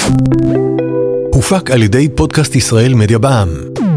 הופק על ידי פודקאסט ישראל מדיה בע"מ.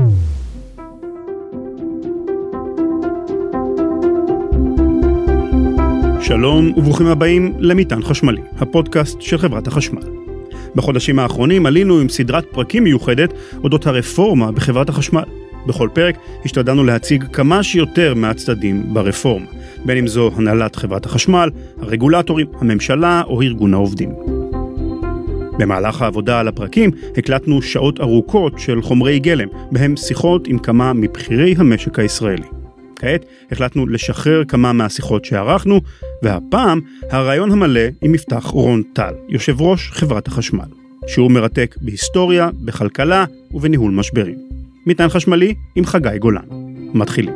שלום וברוכים הבאים למטען חשמלי, הפודקאסט של חברת החשמל. בחודשים האחרונים עלינו עם סדרת פרקים מיוחדת אודות הרפורמה בחברת החשמל. בכל פרק השתדלנו להציג כמה שיותר מהצדדים ברפורמה, בין אם זו הנהלת חברת החשמל, הרגולטורים, הממשלה או ארגון העובדים. במהלך העבודה על הפרקים הקלטנו שעות ארוכות של חומרי גלם, בהם שיחות עם כמה מבחירי המשק הישראלי. כעת החלטנו לשחרר כמה מהשיחות שערכנו, והפעם הרעיון המלא עם מפתח רון טל, יושב ראש חברת החשמל. שהוא מרתק בהיסטוריה, בכלכלה ובניהול משברים. מטען חשמלי עם חגי גולן. מתחילים.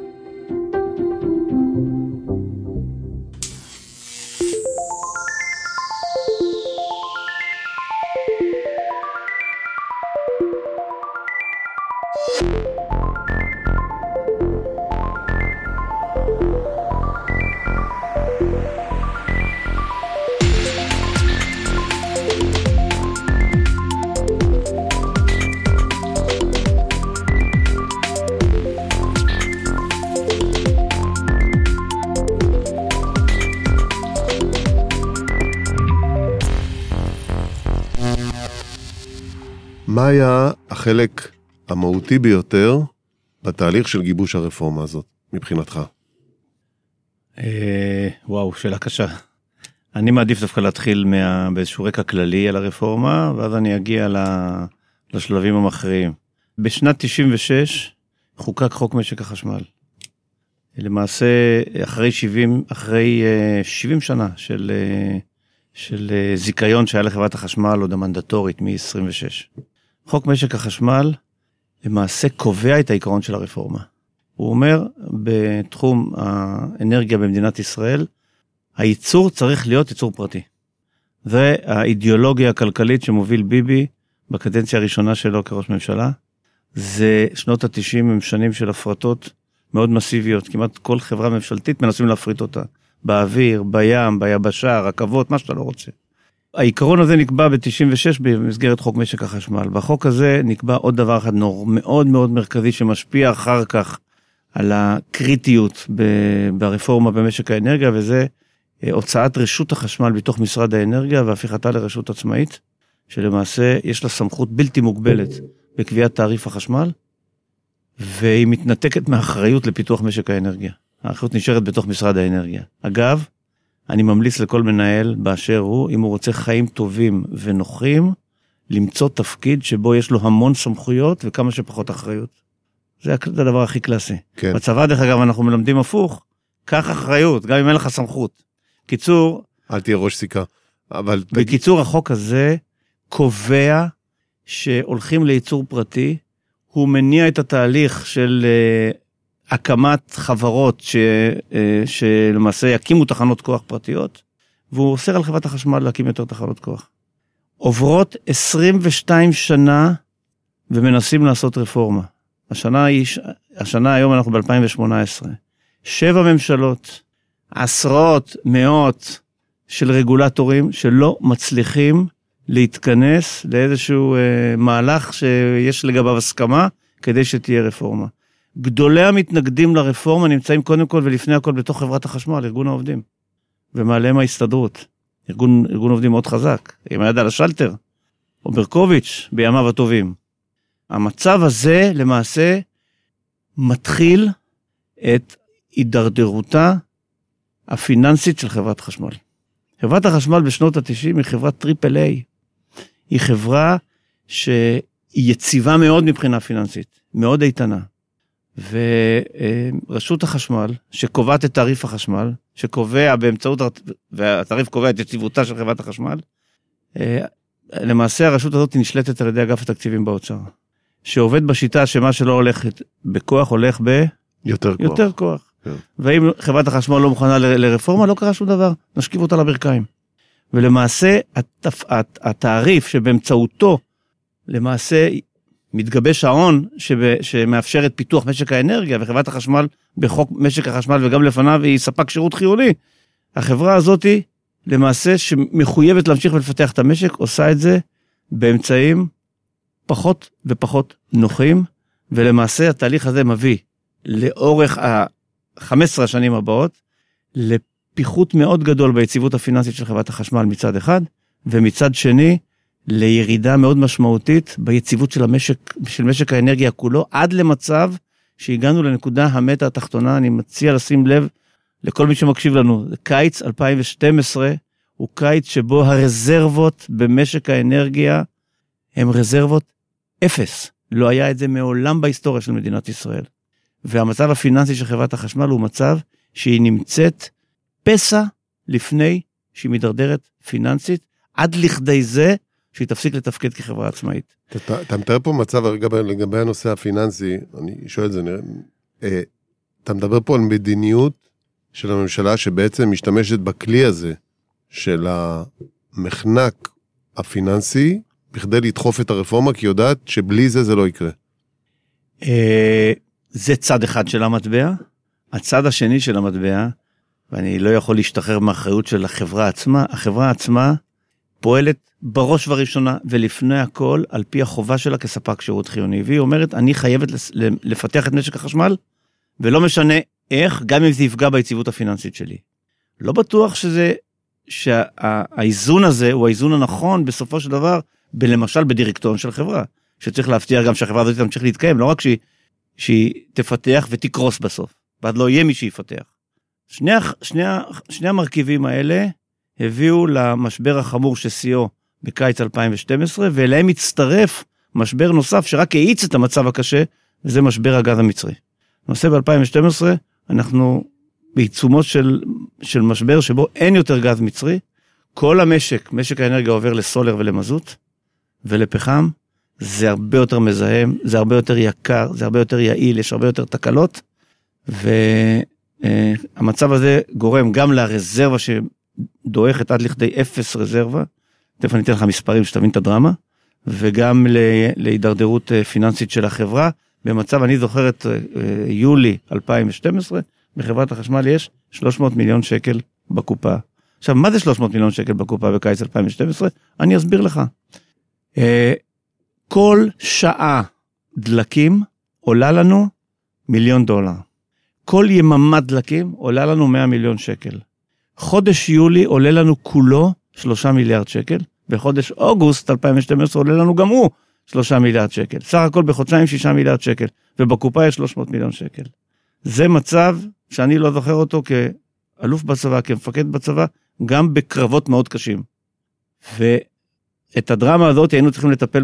מה היה החלק המהותי ביותר בתהליך של גיבוש הרפורמה הזאת, מבחינתך? וואו, שאלה קשה. אני מעדיף דווקא להתחיל באיזשהו רקע כללי על הרפורמה, ואז אני אגיע לשלבים המכריעים. בשנת 96 חוקק חוק משק החשמל. למעשה, אחרי 70 שנה של זיכיון שהיה לחברת החשמל, עוד המנדטורית מ-26. חוק משק החשמל למעשה קובע את העיקרון של הרפורמה. הוא אומר, בתחום האנרגיה במדינת ישראל, הייצור צריך להיות ייצור פרטי. זה האידיאולוגיה הכלכלית שמוביל ביבי בקדנציה הראשונה שלו כראש ממשלה. זה שנות ה-90 הם שנים של הפרטות מאוד מסיביות. כמעט כל חברה ממשלתית מנסים להפריט אותה. באוויר, בים, ביבשה, רכבות, מה שאתה לא רוצה. העיקרון הזה נקבע ב-96 במסגרת חוק משק החשמל. בחוק הזה נקבע עוד דבר אחד מאוד מאוד מרכזי שמשפיע אחר כך על הקריטיות ברפורמה במשק האנרגיה, וזה הוצאת רשות החשמל בתוך משרד האנרגיה והפיכתה לרשות עצמאית, שלמעשה יש לה סמכות בלתי מוגבלת בקביעת תעריף החשמל, והיא מתנתקת מאחריות לפיתוח משק האנרגיה. האחריות נשארת בתוך משרד האנרגיה. אגב, אני ממליץ לכל מנהל באשר הוא, אם הוא רוצה חיים טובים ונוחים, למצוא תפקיד שבו יש לו המון סמכויות וכמה שפחות אחריות. זה הדבר הכי קלאסי. כן. בצבא, דרך אגב, אנחנו מלמדים הפוך, קח אחריות, גם אם אין לך סמכות. קיצור... אל תהיה ראש סיכה. בקיצור, החוק הזה קובע שהולכים לייצור פרטי, הוא מניע את התהליך של... הקמת חברות שלמעשה יקימו תחנות כוח פרטיות, והוא אוסר על חברת החשמל להקים יותר תחנות כוח. עוברות 22 שנה ומנסים לעשות רפורמה. השנה היום אנחנו ב-2018. 7 ממשלות, עשרות, מאות של רגולטורים שלא מצליחים להתכנס לאיזשהו מהלך שיש לגביו הסכמה כדי שתהיה רפורמה. גדולי המתנגדים לרפורמה נמצאים קודם כל ולפני הכל בתוך חברת החשמל, ארגון העובדים. ומעליהם ההסתדרות. ארגון עובדים מאוד חזק. עם היד על השלטר. או ברקוביץ' בימיו הטובים. המצב הזה למעשה מתחיל את הידרדרותה הפיננסית של חברת חשמל. חברת החשמל בשנות ה-90 היא חברת טריפל איי. היא חברה שהיא יציבה מאוד מבחינה פיננסית. מאוד איתנה. ורשות החשמל, שקובעת את תעריף החשמל, שקובע באמצעות, והתעריף קובע את יציבותה של חברת החשמל, למעשה הרשות הזאת נשלטת על ידי אגף התקציבים באוצר, שעובד בשיטה שמה שלא הולך בכוח, הולך יותר כוח. ואם חברת החשמל לא מוכנה לרפורמה, לא קרה שום דבר, נשכיב אותה לברכיים. ולמעשה, התעריף שבאמצעותו, למעשה, מתגבש ההון שמאפשר את פיתוח משק האנרגיה, וחברת החשמל בחוק משק החשמל וגם לפניו היא ספק שירות חיוני. החברה הזאת למעשה שמחויבת להמשיך ולפתח את המשק, עושה את זה באמצעים פחות ופחות נוחים, ולמעשה התהליך הזה מביא לאורך 15 השנים הבאות, לפיחות מאוד גדול ביציבות הפיננסית של חברת החשמל מצד אחד, ומצד שני, לירידה מאוד משמעותית ביציבות של משק האנרגיה כולו, עד למצב שהגענו לנקודה המטה התחתונה. אני מציע לשים לב לכל מי שמקשיב לנו, קיץ 2012 הוא קיץ שבו הרזרבות במשק האנרגיה הם רזרבות אפס. לא היה את זה מעולם בהיסטוריה של מדינת ישראל. והמצב הפיננסי של חברת החשמל הוא מצב שהיא נמצאת פסע לפני שהיא מדרדרת פיננסית, עד לכדי זה שהיא תפסיק לתפקד כחברה עצמאית. אתה מתאר פה מצב לגבי הנושא הפיננסי, אני שואל את זה, אתה מדבר פה על מדיניות של הממשלה שבעצם משתמשת בכלי הזה של המחנק הפיננסי, בכדי לדחוף את הרפורמה, כי יודעת שבלי זה לא יקרה. זה צד אחד של המטבע. הצד השני של המטבע, ואני לא יכול להשתחרר מהאחריות של החברה עצמה, החברה עצמה פועלת בראש וראשונה ולפני הכל על פי החובה שלה כספק שירות חיוני, והיא אומרת אני חייבת לפתח את משק החשמל, ולא משנה איך, גם אם זה יפגע ביציבות הפיננסית שלי. לא בטוח שהאיזון הזה הוא האיזון הנכון בסופו של דבר, למשל בדירקטוריון של חברה, שצריך להבטיח גם שהחברה הזאת תמשיך להתקיים, לא רק שהיא תפתח ותקרוס בסוף, ועד לא יהיה מי שיפתח. שני המרכיבים האלה הביאו למשבר החמור ששיאו בקיץ 2012, ואליהם הצטרף משבר נוסף שרק האיץ את המצב הקשה, וזה משבר הגז המצרי. נושא ב-2012, אנחנו בעיצומו של משבר שבו אין יותר גז מצרי, כל משק האנרגיה עובר לסולר ולמזוט, ולפחם, זה הרבה יותר מזהם, זה הרבה יותר יקר, זה הרבה יותר יעיל, יש הרבה יותר תקלות, והמצב הזה גורם גם לרזרבה שדועכת עד לכדי 0 רזרבה, תכף אני אתן לך מספרים שתבין את הדרמה, וגם להידרדרות פיננסית של החברה, במצב, אני זוכר את יולי 2012, בחברת החשמל יש 300 מיליון שקל בקופה. עכשיו, מה זה 300 מיליון שקל בקופה בקיץ 2012? אני אסביר לך. כל שעה דלקים עולה לנו $1,000,000. כל יממה דלקים עולה לנו 100 מיליון שקל. חודש יולי עולה לנו כולו 3 מיליארד שקל, וחודש אוגוסט 2012 עולה לנו גם הוא 3 מיליארד שקל. סך הכל בחודשיים 6 מיליארד שקל, ובקופה יש 300 מיליון שקל. זה מצב שאני לא זוכר אותו כאלוף בצבא, כמפקד בצבא, גם בקרבות מאוד קשים. ואת הדרמה הזאת היינו צריכים לטפל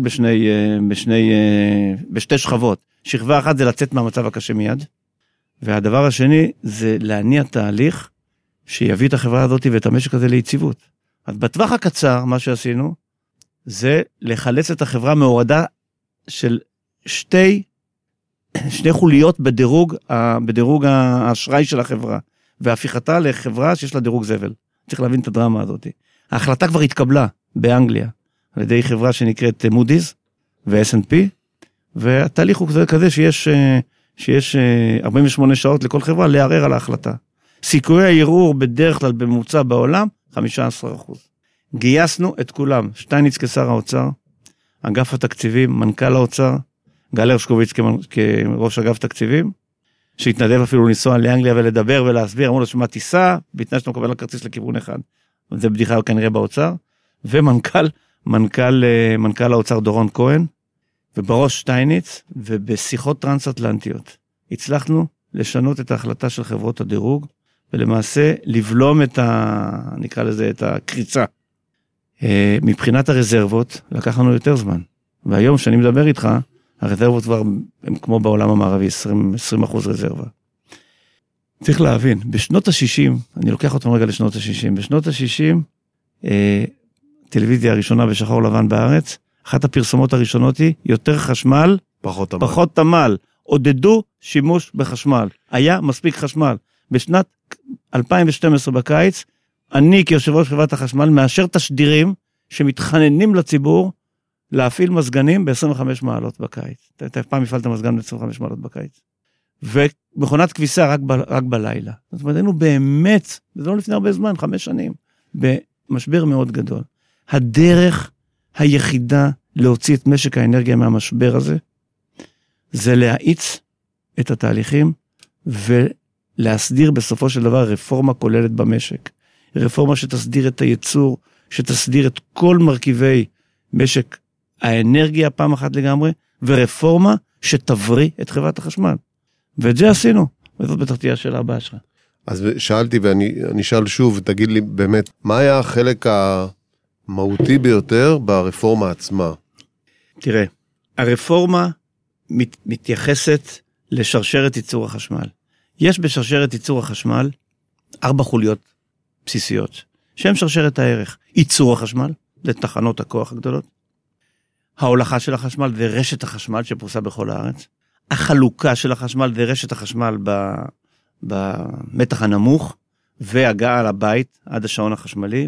בשתי שכבות. שכבה אחת זה לצאת מהמצב הקשה מיד, והדבר השני זה להניע תהליך שיביא את החברה הזאת ואת המשק הזה ליציבות. אז בטווח הקצר, מה שעשינו, זה לחלץ את החברה מהורדה של שתי חוליות בדירוג האשראי של החברה, והפיכתה לחברה שיש לה דירוג זבל. צריך להבין את הדרמה הזאת. ההחלטה כבר התקבלה באנגליה, על ידי חברה שנקראת מודי'ס ו-S&P, והתהליך הוא כזה שיש 48 שעות לכל חברה לערער על ההחלטה. סיכויי הערעור בדרך כלל בממוצע בעולם, 15%. גייסנו את כולם, שטייניץ כשר האוצר, אגף התקציבים, מנכ"ל האוצר, גל הרשקוביץ כראש אגף תקציבים, שהתנדב אפילו לנסוע לאנגליה ולדבר ולהסביר, אמרו לו שמה טיסה, בתנאי שאתה מקבל לכרטיס לכיוון אחד. זה בדיחה כנראה באוצר, ומנכ"ל האוצר דורון כהן, ובראש שטייניץ, ובשיחות טרנס-אטלנטיות. הצלחנו לשנות את ההחלטה של חברות הדירוג, ולמעשה לבלום נקרא לזה, את הקריצה. מבחינת הרזרבות, לקח לנו יותר זמן. והיום שאני מדבר איתך, הרזרבות כבר הם כמו בעולם המערבי, 20% רזרבה. צריך להבין, בשנות ה-60, אני לוקח אותם רגע לשנות ה-60, בשנות ה-60, טלוויזיה הראשונה בשחור לבן בארץ, אחת הפרסומות הראשונות היא, יותר חשמל, פחות תמל. עודדו שימוש בחשמל. היה מספיק חשמל. בשנת 2012 בקיץ, אני כיושב ראש חברת החשמל, מאשר תשדירים שמתחננים לציבור, להפעיל מזגנים ב-25 מעלות בקיץ. אתה פעם הפעלת מזגן ב-25 מעלות בקיץ. ומכונת כביסה רק בלילה. זאת אומרת, היינו באמת, וזה לא לפני הרבה זמן, 5 שנים, במשבר מאוד גדול. הדרך היחידה להוציא את משק האנרגיה מהמשבר הזה, זה להאיץ את התהליכים ולהסדיר בסופו של דבר רפורמה כוללת במשק. רפורמה שתסדיר את הייצור, שתסדיר את כל מרכיבי משק האנרגיה פעם אחת לגמרי, ורפורמה שתבריא את חברת החשמל. ואת זה עשינו, וזאת בטח תהיה השאלה הבאה שלך. אז שאלתי ואני שאל שוב, תגיד לי באמת, מה היה החלק המהותי ביותר ברפורמה עצמה? תראה, הרפורמה מתייחסת לשרשרת ייצור החשמל. יש בשרשרת ייצור החשמל 4 חוליות בסיסיות, שהן שרשרת הערך. ייצור החשמל, זה תחנות הכוח הגדולות. ההולכה של החשמל זה רשת החשמל שפרוסה בכל הארץ. החלוקה של החשמל זה רשת החשמל במתח הנמוך, והגעה לבית עד השעון החשמלי,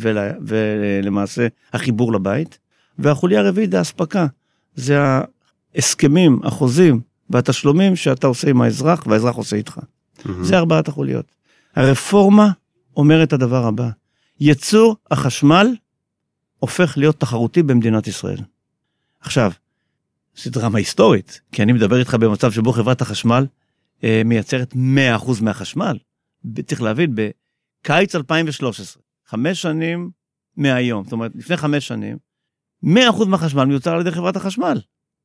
ולמעשה החיבור לבית. והחוליה הרביעית זה הספקה. זה ההסכמים, החוזים והתשלומים שאתה עושה עם האזרח, והאזרח עושה איתך. זה 4 החוליות. הרפורמה אומרת הדבר הבא, ייצור החשמל הופך להיות תחרותי במדינת ישראל. עכשיו, זו דרמה היסטורית, כי אני מדבר איתך במצב שבו חברת החשמל מייצרת 100% מהחשמל. צריך להבין, בקיץ 2013, 5 שנים מהיום, זאת אומרת, לפני 5 שנים, 100% מהחשמל מיוצר על ידי חברת החשמל.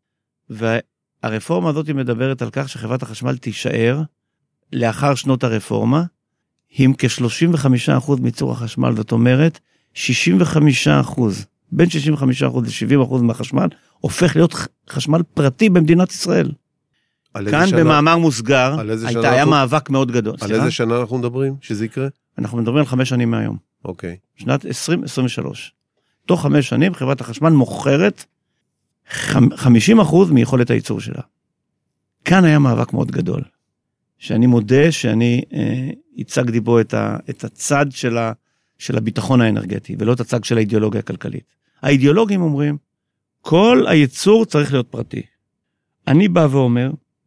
והרפורמה הזאת מדברת על כך שחברת החשמל תישאר לאחר שנות הרפורמה, עם כ-35% מייצור החשמל, זאת אומרת, 65%, בין 65% ל-70% מהחשמל, הופך להיות חשמל פרטי במדינת ישראל. כאן במאמר מוסגר, היה מאבק מאוד גדול. על איזה שנה אנחנו מדברים שזה יקרה? אנחנו מדברים על 5 שנים מהיום. אוקיי. שנת 2023. תוך 5 שנים חברת החשמל מוכרת 50% מיכולת הייצור שלה. כאן היה מאבק מאוד גדול. שאני מודה שאני הצגתי בו את הצד של הביטחון האנרגטי, ולא את הצד של האידיאולוגיה הכלכלית. האידיאולוגים אומרים, כל הייצור צריך להיות פרטי. אני בא ואומר,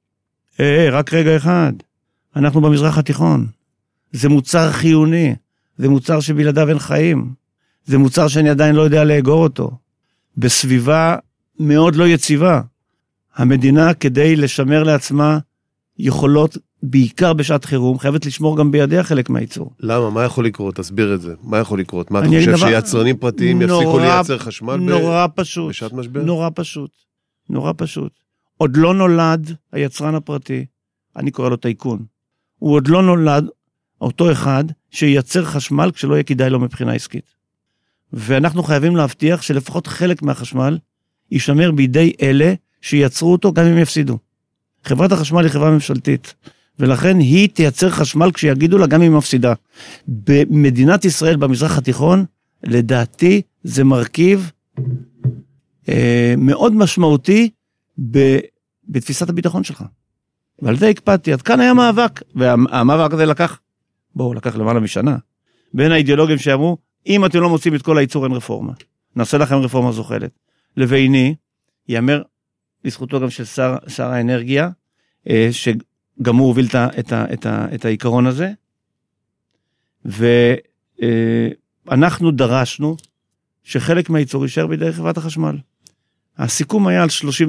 רק רגע אחד, אנחנו במזרח התיכון. זה מוצר חיוני, זה מוצר שבלעדיו אין חיים, זה מוצר שאני עדיין לא יודע לאגור אותו. בסביבה מאוד לא יציבה. המדינה כדי לשמר לעצמה יכולות, בעיקר בשעת חירום, חייבת לשמור גם בידיה חלק מהייצור. למה? מה יכול לקרות? תסביר את זה. מה יכול לקרות? מה אתה חושב שיצרנים פרטיים יפסיקו לייצר חשמל בשעת משבר? נורא פשוט. עוד לא נולד היצרן הפרטי, אני קורא לו טייקון. הוא עוד לא נולד אותו אחד שייצר חשמל כשלא יהיה כדאי לו מבחינה עסקית. ואנחנו חייבים להבטיח שלפחות חלק מהחשמל יישמר בידי אלה שייצרו אותו גם אם יפסידו. חברת החשמל היא חברה ממשלתית, ולכן היא תייצר חשמל כשיגידו לה גם אם היא מפסידה. במדינת ישראל, במזרח התיכון, לדעתי זה מרכיב מאוד משמעותי בתפיסת הביטחון שלך. ועל זה הקפדתי. עד כאן היה מאבק, והמאבק הזה לקח למעלה משנה, בין האידיאולוגים שאמרו, אם אתם לא מוצאים את כל הייצור אין רפורמה, נעשה לכם רפורמה זוחלת. לביני, יאמר לזכותו גם של שר האנרגיה, שגם הוא הוביל את העיקרון הזה, ואנחנו דרשנו שחלק מהייצור יישאר בידי חברת החשמל. הסיכום היה על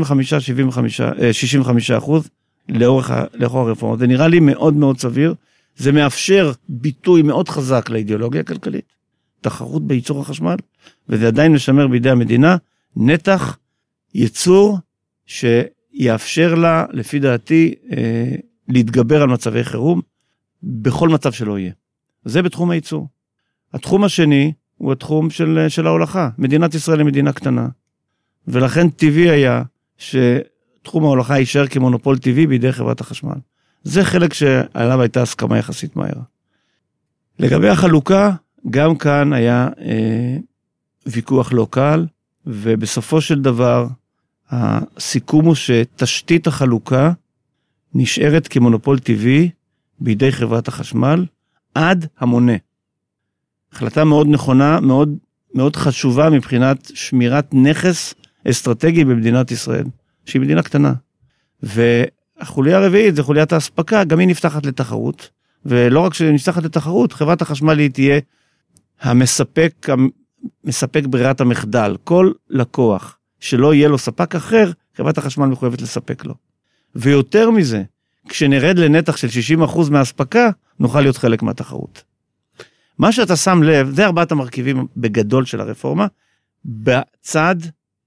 65% לאורך הרפורמה. זה נראה לי מאוד מאוד סביר, זה מאפשר ביטוי מאוד חזק לאידיאולוגיה הכלכלית, תחרות בייצור החשמל, וזה עדיין משמר בידי המדינה נתח ייצור שיאפשר לה, לפי דעתי, להתגבר על מצבי חירום, בכל מצב שלא יהיה. זה בתחום הייצור. התחום השני הוא התחום של ההולכה. מדינת ישראל היא מדינה קטנה, ולכן טבעי היה שתחום ההולכה יישאר כמונופול טבעי בידי חברת החשמל. זה חלק שעליו הייתה הסכמה יחסית מהר. לגבי החלוקה, גם כאן היה ויכוח לא קל, ובסופו של דבר, הסיכום הוא שתשתית החלוקה נשארת כמונופול טבעי בידי חברת החשמל עד המונה. החלטה מאוד נכונה, מאוד, מאוד חשובה מבחינת שמירת נכס אסטרטגי במדינת ישראל, שהיא מדינה קטנה. והחוליה הרביעית זה חוליית ההספקה, גם היא נפתחת לתחרות, ולא רק שנפתחת לתחרות, חברת החשמל היא תהיה המספק מספק ברירת המחדל. כל לקוח שלא יהיה לו ספק אחר, חברת החשמל מחויבת לספק לו. ויותר מזה, כשנרד לנתח של 60% מההספקה, נוכל להיות חלק מהתחרות. מה שאתה שם לב, זה 4 המרכיבים בגדול של הרפורמה, בצד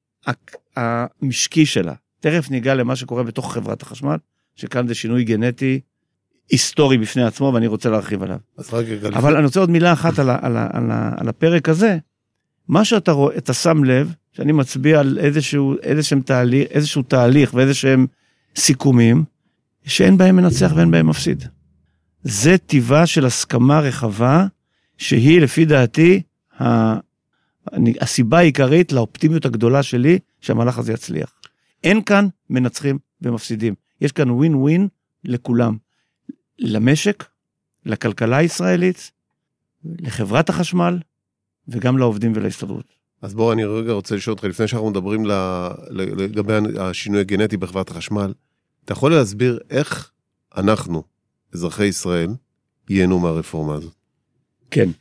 המשקי שלה. תכף ניגע למה שקורה בתוך חברת החשמל, שכאן זה שינוי גנטי היסטורי בפני עצמו, ואני רוצה להרחיב עליו. אבל אני רוצה עוד מילה אחת על הפרק הזה. מה שאתה רואה, אתה שם לב, שאני מצביע על איזשהו תהליך ואיזשהם סיכומים, שאין בהם מנצח ואין בהם מפסיד. זה טבעה של הסכמה רחבה, שהיא לפי דעתי, הסיבה העיקרית לאופטימיות הגדולה שלי, שהמהלך הזה יצליח. אין כאן מנצחים ומפסידים. יש כאן ווין ווין לכולם. למשק, לכלכלה הישראלית, לחברת החשמל, וגם לעובדים ולהסתדרות. אז בואו, אני רגע רוצה לשאול אותך, לפני שאנחנו מדברים לגבי השינוי הגנטי בחברת החשמל, אתה יכול להסביר איך אנחנו, אזרחי ישראל, ייהנו מהרפורמה הזאת? כן.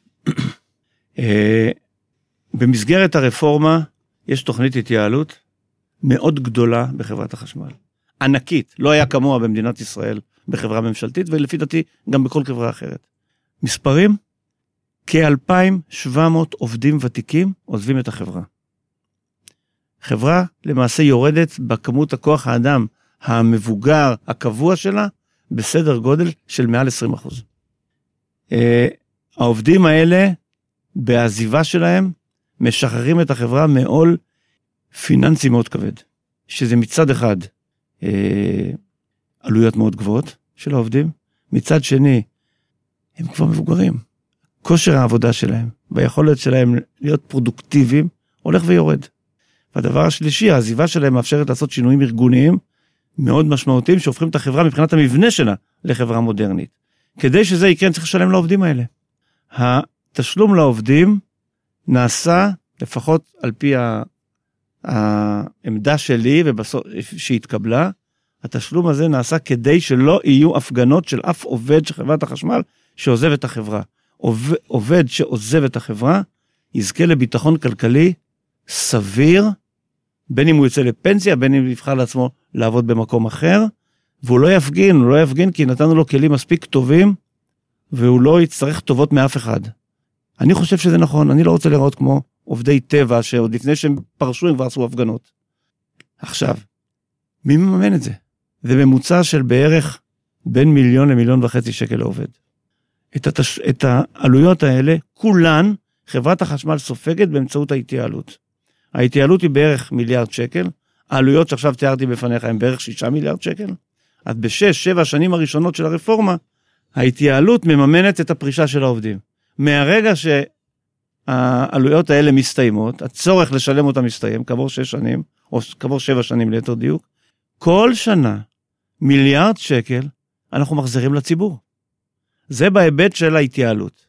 במסגרת הרפורמה, יש תוכנית התייעלות מאוד גדולה בחברת החשמל. ענקית, לא היה כמוה במדינת ישראל בחברה ממשלתית, ולפי דעתי גם בכל חברה אחרת. מספרים, כ-2,700 עובדים ותיקים עוזבים את החברה. חברה למעשה יורדת בכמות הכוח האדם המבוגר, הקבוע שלה, בסדר גודל של מעל 20%. העובדים האלה, בעזיבה שלהם, משחררים את החברה מעול פיננסי מאוד כבד. שזה מצד אחד, עלויות מאוד גבוהות של העובדים, מצד שני, הם כבר מבוגרים. כושר העבודה שלהם, והיכולת שלהם להיות פרודוקטיביים, הולך ויורד. והדבר השלישי, העזיבה שלהם מאפשרת לעשות שינויים ארגוניים, מאוד משמעותיים, שהופכים את החברה מבחינת המבנה שלה, לחברה מודרנית. כדי שזה יקרה, צריך לשלם לעובדים האלה. התשלום לעובדים, נעשה, לפחות על פי העמדה שלי, שהתקבלה, התשלום הזה נעשה כדי שלא יהיו הפגנות של אף עובד של חברת החשמל, שעוזב את החברה. עובד שעוזב את החברה, יזכה לביטחון כלכלי סביר, בין אם הוא יוצא לפנסיה, בין אם יבחר לעצמו לעבוד במקום אחר, והוא לא יפגין, כי נתנו לו כלים מספיק טובים, והוא לא יצטרך טובות מאף אחד. אני חושב שזה נכון, אני לא רוצה לראות כמו עובדי טבע, שעוד לפני שהם פרשו הם כבר עשו הפגנות. עכשיו, מי מממן את זה? זה ממוצע של בערך בין 1,000,000 ל1,500,000 שקל לעובד. את העלויות האלה, כולן חברת החשמל סופגת באמצעות ההתייעלות. ההתייעלות היא בערך 1,000,000,000 שקל, העלויות שעכשיו תיארתי בפניך הן בערך 6,000,000,000 שקל, אז ב6-7 השנים הראשונות של הרפורמה, ההתייעלות מממנת את הפרישה של העובדים. מהרגע שהעלויות האלה מסתיימות, הצורך לשלם אותם מסתיים, כעבור 6 שנים, או כעבור 7 שנים ליתר דיוק, כל שנה 1,000,000,000 שקל אנחנו מחזירים לציבור. זה בהיבט של ההתייעלות.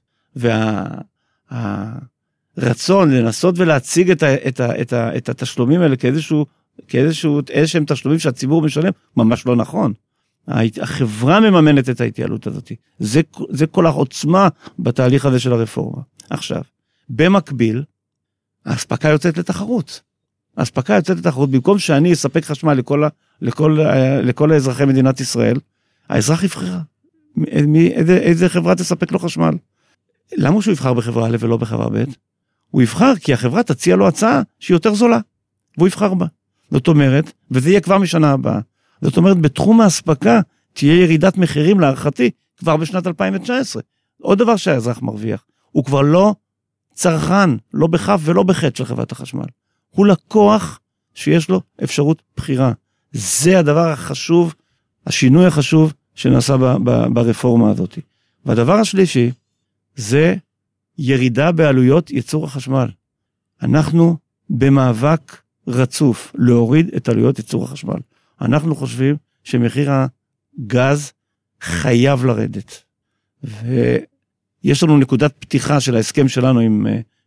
והרצון לנסות ולהציג את התשלומים האלה כאיזשהם תשלומים שהציבור משלם, ממש לא נכון. החברה מממנת את ההתייעלות הזאת. זה כל העוצמה בתהליך הזה של הרפורמה. עכשיו, במקביל, ההספקה יוצאת לתחרות. ההספקה יוצאת לתחרות, במקום שאני אספק חשמל לכל האזרחי מדינת ישראל, האזרח יבחר. איזה חברה תספק לו חשמל? למה שהוא יבחר בחברה א' ולא בחברה ב'? הוא יבחר כי החברה תציע לו הצעה שהיא יותר זולה, והוא יבחר בה. זאת אומרת, וזה יהיה כבר משנה הבאה, זאת אומרת, בתחום ההספקה תהיה ירידת מחירים להערכתי כבר בשנת 2019. עוד דבר שהאזרח מרוויח, הוא כבר לא צרכן, לא בכף ולא בחטא של חברת החשמל. הוא לקוח שיש לו אפשרות בחירה. זה הדבר החשוב, השינוי החשוב שנעשה ברפורמה הזאת. והדבר השלישי, זה ירידה בעלויות ייצור החשמל. אנחנו במאבק רצוף להוריד את עלויות ייצור החשמל. אנחנו חושבים שמחיר הגז חייב לרדת. ויש לנו נקודת פתיחה של ההסכם שלנו עם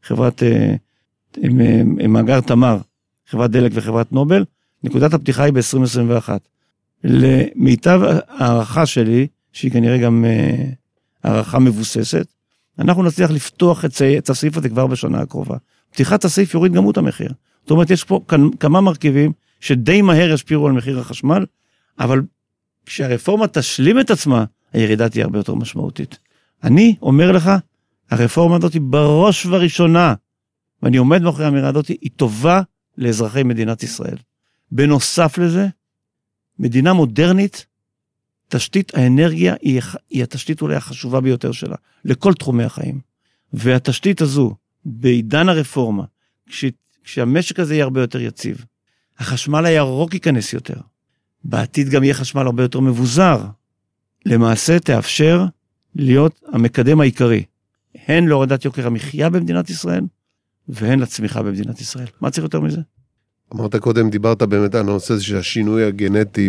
עם מאגר תמר, חברת דלק וחברת נובל, נקודת הפתיחה היא ב-2021. למיטב הערכה שלי, שהיא כנראה גם הערכה מבוססת, אנחנו נצליח לפתוח את הסעיף הזה כבר בשנה הקרובה. פתיחת הסעיף יוריד גם את המחיר. זאת אומרת, יש פה כמה מרכיבים שדי מהר ישפיעו על מחיר החשמל, אבל כשהרפורמה תשלים את עצמה, הירידה תהיה הרבה יותר משמעותית. אני אומר לך, הרפורמה הזאת היא בראש וראשונה, ואני עומד מאחורי האמירה הזאת, היא טובה לאזרחי מדינת ישראל. בנוסף לזה, מדינה מודרנית, תשתית האנרגיה היא התשתית אולי החשובה ביותר שלה, לכל תחומי החיים. והתשתית הזו, בעידן הרפורמה, כשהמשק הזה יהיה הרבה יותר יציב, החשמל הירוק ייכנס יותר, בעתיד גם יהיה חשמל הרבה יותר מבוזר, למעשה תאפשר להיות המקדם העיקרי, הן להורדת יוקר המחיה במדינת ישראל, והן לצמיחה במדינת ישראל. מה צריך יותר מזה? אמרת קודם, דיברת באמת על הנושא הזה שהשינוי הגנטי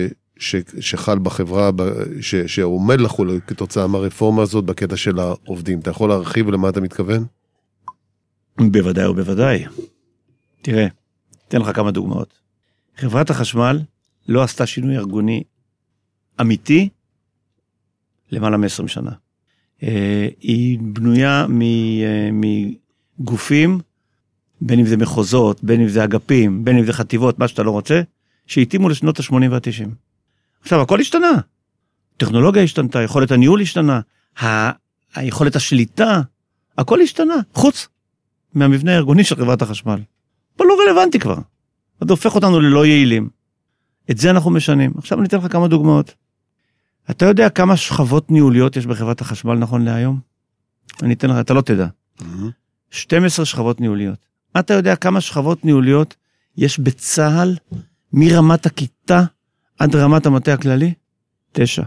שחל בחברה, שעומד לחול כתוצאה מהרפורמה הזאת בקטע של העובדים. אתה יכול להרחיב למה אתה מתכוון? בוודאי ובוודאי. תראה, אתן לך כמה דוגמאות. חברת החשמל לא עשתה שינוי ארגוני אמיתי למעלה מ-20 שנה. היא בנויה מגופים, בין אם זה מחוזות, בין אם זה אגפים, בין אם זה חטיבות, מה שאתה לא רוצה, שהתאימו לשנות ה-80 וה-90. עכשיו, הכל השתנה. טכנולוגיה השתנתה, יכולת הניהול השתנה, היכולת השליטה, הכל השתנה, חוץ מהמבנה הארגוני של חברת החשמל. פה לא רלוונטי כבר. זה הופך אותנו ללא יעילים. את זה אנחנו משנים. עכשיו אני אתן לך כמה דוגמאות. אתה יודע כמה שכבות ניהוליות יש בחברת החשמל נכון להיום? אני אתן לך, אתה לא תדע. 12 שכבות ניהוליות. אתה יודע כמה שכבות ניהוליות יש בצהל מרמת הכיתה עד רמת המטה הכללי? 9.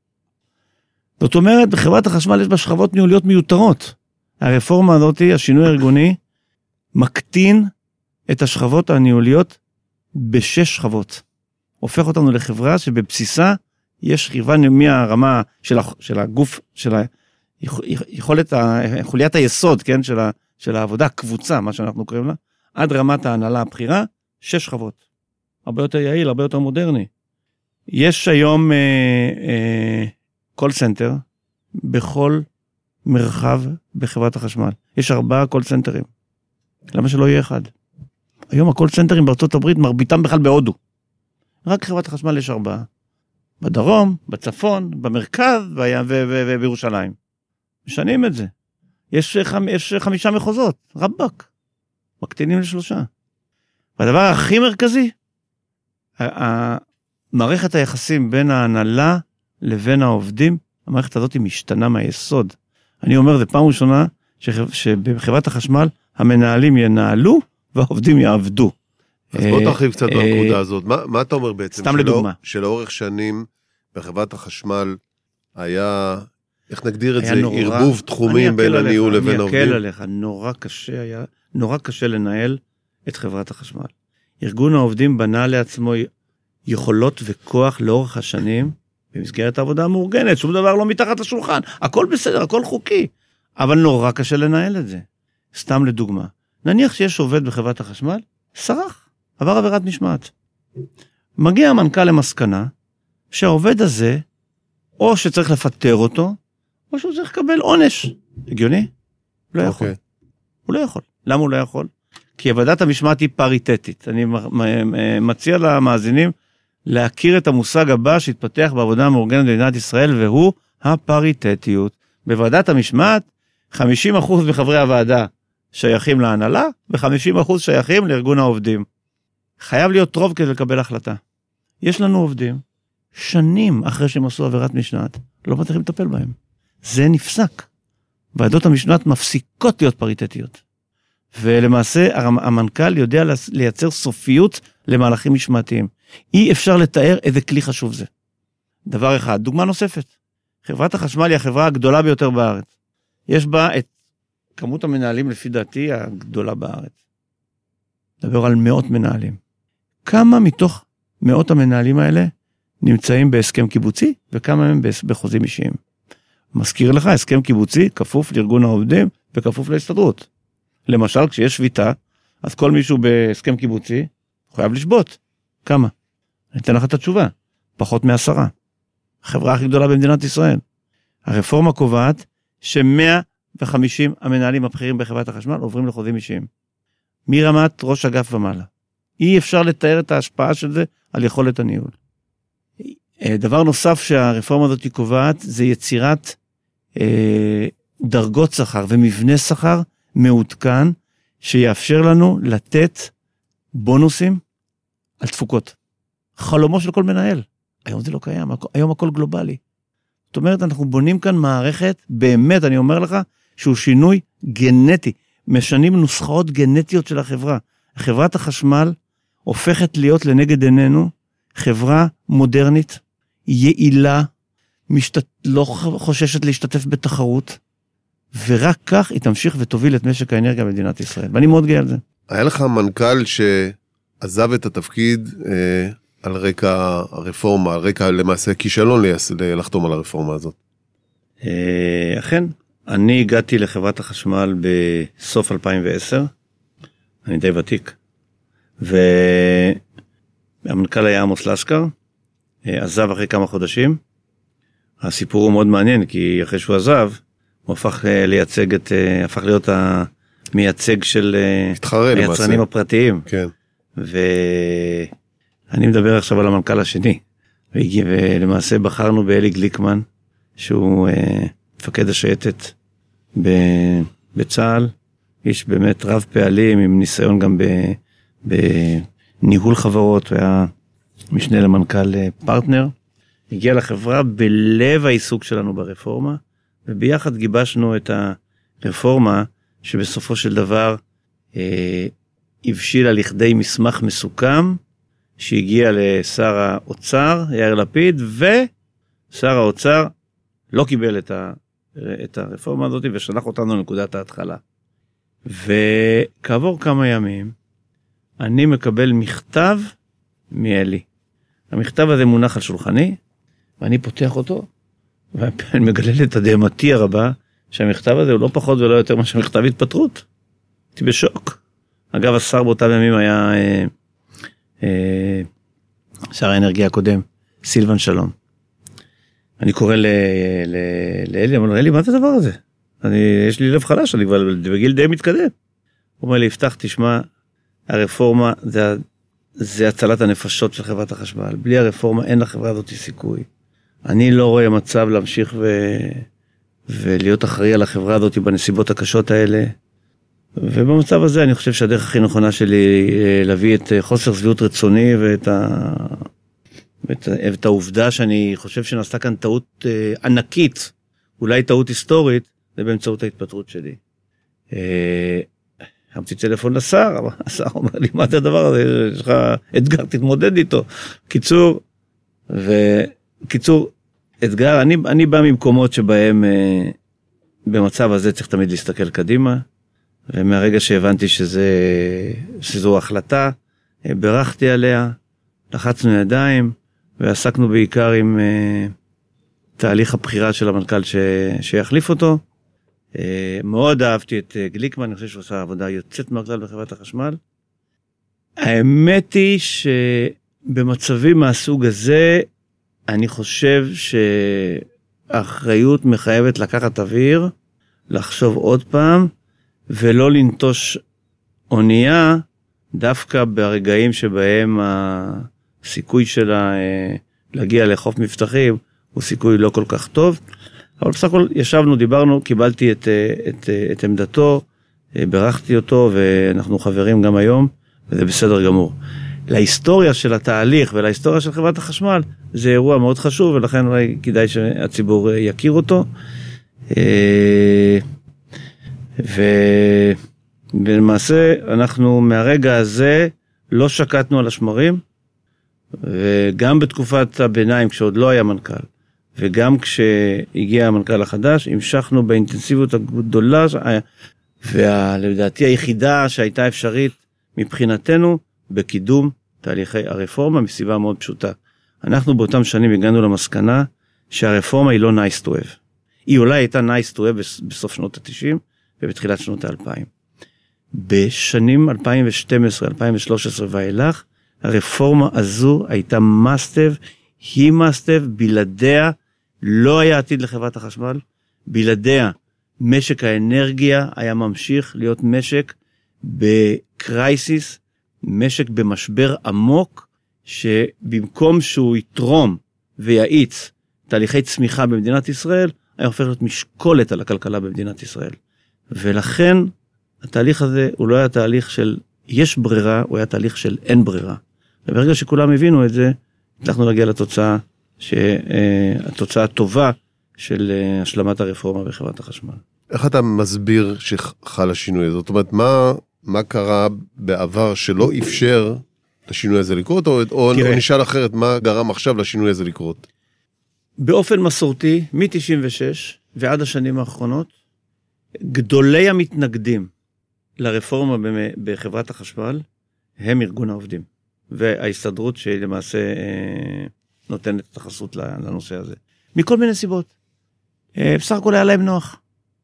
זאת אומרת, בחברת החשמל יש בה שכבות ניהוליות מיותרות. הרפורמה הזאת, השינוי הארגוני, מקטין את השכבות הניהוליות ב6 שכבות. הופך אותנו לחברה שבבסיסה יש חיבה מהרמה של הגוף, של יכולת, חוליית היסוד, כן, של העבודה, קבוצה, מה שאנחנו קוראים לה, עד רמת ההנהלה הבחירה, 6 שכבות. הרבה יותר יעיל, הרבה יותר מודרני. יש היום קול סנטר בכל מרחב בחברת החשמל. יש 4 קול סנטרים. למה שלא יהיה אחד? היום הקול סנטרים בארצות הברית מרביתם בכלל בהודו. רק חברת החשמל יש 4. בדרום, בצפון, במרכז ובירושלים. משנים את זה. יש 5 מחוזות, רבק. מקטינים ל3. והדבר הכי מרכזי, מערכת היחסים בין ההנהלה לבין העובדים, המערכת הזאת היא משתנה מהיסוד. אני אומר, זה פעם ראשונה שבחברת החשמל המנהלים ינהלו והעובדים יעבדו. אז בוא תרחיב קצת בנקודה הזאת. מה אתה אומר בעצם? סתם לדוגמה. שלאורך שנים בחברת החשמל היה, איך נגדיר את זה, ערבוב תחומים בין הניהול לבין העובדים? אני אקל עליך, נורא קשה לנהל את חברת החשמל. ארגון העובדים בנה לעצמו יכולות וכוח לאורך השנים, במסגרת העבודה המאורגנת, שום דבר לא מתחת לשולחן, הכל בסדר, הכל חוקי, אבל נורא קשה לנהל את זה. סתם לדוגמה, נניח שיש עובד בחברת החשמל, סרח, עבר עבירת משמעת. מגיע המנכ"ל למסקנה, שהעובד הזה, או שצריך לפטר אותו, או שהוא צריך לקבל עונש. הגיוני? לא יכול. הוא לא יכול. למה הוא לא יכול? כי עבודת המשמעת היא פריטטית. אני מציע למאזינים להכיר את המושג הבא שהתפתח בעבודה המאורגנת במדינת ישראל, והוא הפריטטיות. בוועדת המשמעת, 50% מחברי הוועדה שייכים להנהלה, ו50% שייכים לארגון העובדים. חייב להיות רוב כדי לקבל החלטה. יש לנו עובדים, שנים אחרי שהם עשו עבירת משמעת, לא מצליחים לטפל בהם. זה נפסק. ועדות המשמעת מפסיקות להיות פריטטיות. ולמעשה המנכ"ל יודע לייצר סופיות למהלכים משמעתיים. אי אפשר לתאר איזה כלי חשוב זה. דבר אחד, דוגמה נוספת. חברת החשמל היא החברה הגדולה ביותר בארץ. יש בה את כמות המנהלים לפי דעתי הגדולה בארץ. מדבר על מאות מנהלים. כמה מתוך מאות המנהלים האלה נמצאים בהסכם קיבוצי, וכמה הם בחוזים אישיים. מזכיר לך, הסכם קיבוצי כפוף לארגון העובדים וכפוף להסתדרות. למשל, כשיש שביתה, אז כל מישהו בהסכם קיבוצי חייב לשבות. כמה? אני אתן לך את התשובה. פחות מ10. החברה הכי גדולה במדינת ישראל. הרפורמה קובעת ש150 המנהלים הבכירים בחברת החשמל עוברים לחוזים אישיים. מרמת ראש אגף ומעלה. אי אפשר לתאר את ההשפעה של זה על יכולת הניהול. דבר נוסף שהרפורמה הזאת קובעת, זה יצירת דרגות שכר ומבנה שכר מעודכן, שיאפשר לנו לתת בונוסים על תפוקות. חלומו של כל מנהל. היום זה לא קיים, היום הכל גלובלי. זאת אומרת, אנחנו בונים כאן מערכת, באמת, אני אומר לך, שהוא שינוי גנטי. משנים נוסחאות גנטיות של החברה. חברת החשמל הופכת להיות לנגד עינינו, חברה מודרנית, יעילה, לא חוששת להשתתף בתחרות, ורק כך היא תמשיך ותוביל את משק האנרגיה במדינת ישראל. ואני מאוד גאה על זה. היה לך מנכ"ל שעזב את התפקיד על רקע הרפורמה, על רקע למעשה כישלון לחתום על הרפורמה הזאת. אכן, אני הגעתי לחברת החשמל בסוף 2010, אני די ותיק, והמנכ"ל היה עמוס לסקר, עזב אחרי כמה חודשים. הסיפור הוא מאוד מעניין, כי אחרי שהוא עזב, הוא הפך להיות המייצג של היצרנים הפרטיים. כן. ואני מדבר עכשיו על המנכ"ל השני, ולמעשה בחרנו באלי גליקמן, שהוא מפקד השייטת בצה"ל, איש באמת רב פעלים, עם ניסיון גם בניהול חברות, הוא היה משנה למנכ"ל פרטנר, הגיע לחברה בלב העיסוק שלנו ברפורמה, וביחד גיבשנו את הרפורמה, שבסופו של דבר הבשילה לכדי מסמך מסוכם, שהגיע לשר האוצר, יאיר לפיד, ושר האוצר לא קיבל את הרפורמה הזאת, ושלח אותנו לנקודת ההתחלה. וכעבור כמה ימים, אני מקבל מכתב מאלי. המכתב הזה מונח על שולחני, ואני פותח אותו, ואני מגלה את הדהמתי הרבה, שהמכתב הזה הוא לא פחות ולא יותר מה שמכתב התפטרות. הייתי בשוק. אגב, השר באותם ימים היה שר האנרגיה הקודם, סילבן שלום. אני קורא לאלי, אמר לו, אלי, מה זה הדבר הזה? יש לי לב חלש, אני כבר בגיל די מתקדם. הוא אומר לי, יפתח, תשמע, הרפורמה זה הצלת הנפשות של חברת החשמל. בלי הרפורמה אין לחברה הזאת סיכוי. אני לא רואה מצב להמשיך ולהיות אחראי על החברה הזאת בנסיבות הקשות האלה. ובמצב הזה אני חושב שהדרך הכי נכונה שלי להביא את חוסר שביעות רצוני ואת העובדה שאני חושב שנעשתה כאן טעות ענקית, אולי טעות היסטורית, זה באמצעות ההתפטרות שלי. הרמתי טלפון לשר, השר אומר לי, מה זה הדבר הזה? יש לך אתגר, תתמודד איתו. קיצור, אתגר, אני בא ממקומות שבהם במצב הזה צריך תמיד להסתכל קדימה, ומהרגע שהבנתי שזו החלטה, ברחתי עליה, לחצנו ידיים, ועסקנו בעיקר עם תהליך הבחירה של המנכ"ל שיחליף אותו. מאוד אהבתי את גליקמן, אני חושב שהוא עושה עבודה יוצאת מהכלל בחברת החשמל. האמת היא שבמצבים מהסוג הזה, אני חושב שהאחריות מחייבת לקחת אוויר, לחשוב עוד פעם, ולא לנטוש אונייה, דווקא ברגעים שבהם הסיכוי שלה להגיע לחוף מבטחים, הוא סיכוי לא כל כך טוב. אבל בסך הכל ישבנו, דיברנו, קיבלתי את עמדתו, ברחתי אותו, ואנחנו חברים גם היום, וזה בסדר גמור. להיסטוריה של התהליך ולהיסטוריה של חברת החשמל, זה אירוע מאוד חשוב, ולכן אולי כדאי שהציבור יכיר אותו. ולמעשה אנחנו מהרגע הזה לא שקטנו על השמרים, וגם בתקופת הביניים כשעוד לא היה מנכ"ל, וגם כשהגיע המנכ"ל החדש, המשכנו באינטנסיביות הגדולה, ולדעתי היחידה שהייתה אפשרית מבחינתנו, בקידום תהליכי הרפורמה, מסיבה מאוד פשוטה. אנחנו באותם שנים הגענו למסקנה, שהרפורמה היא לא nice to have. היא אולי הייתה nice to have בסוף שנות ה-90, ובתחילת שנות ה-2000. בשנים 2012, 2013 ואילך, הרפורמה הזו הייתה must have, היא must have, בלעדיה לא היה עתיד לחברת החשמל, בלעדיה משק האנרגיה היה ממשיך להיות משק קרייסיס, משק במשבר עמוק, שבמקום שהוא יתרום ויעיץ תהליכי צמיחה במדינת ישראל, היה הופך להיות משקולת על הכלכלה במדינת ישראל. ולכן התהליך הזה הוא לא היה תהליך של יש ברירה, הוא היה תהליך של אין ברירה. וברגע שכולם הבינו את זה, הצלחנו להגיע לתוצאה, התוצאה הטובה של השלמת הרפורמה בחברת החשמל. איך אתה מסביר שחל השינוי הזה? זאת אומרת, מה קרה בעבר שלא אפשר לשינוי הזה לקרות, או נשאל אחרת, מה גרם עכשיו לשינוי הזה לקרות? באופן מסורתי, מ-96 ועד השנים האחרונות, גדולי המתנגדים לרפורמה בחברת החשמל, הם ארגון העובדים, וההסתדרות שלמעשה נותנת את החסות לנושא הזה. מכל מיני סיבות. בסך הכל היה להם נוח,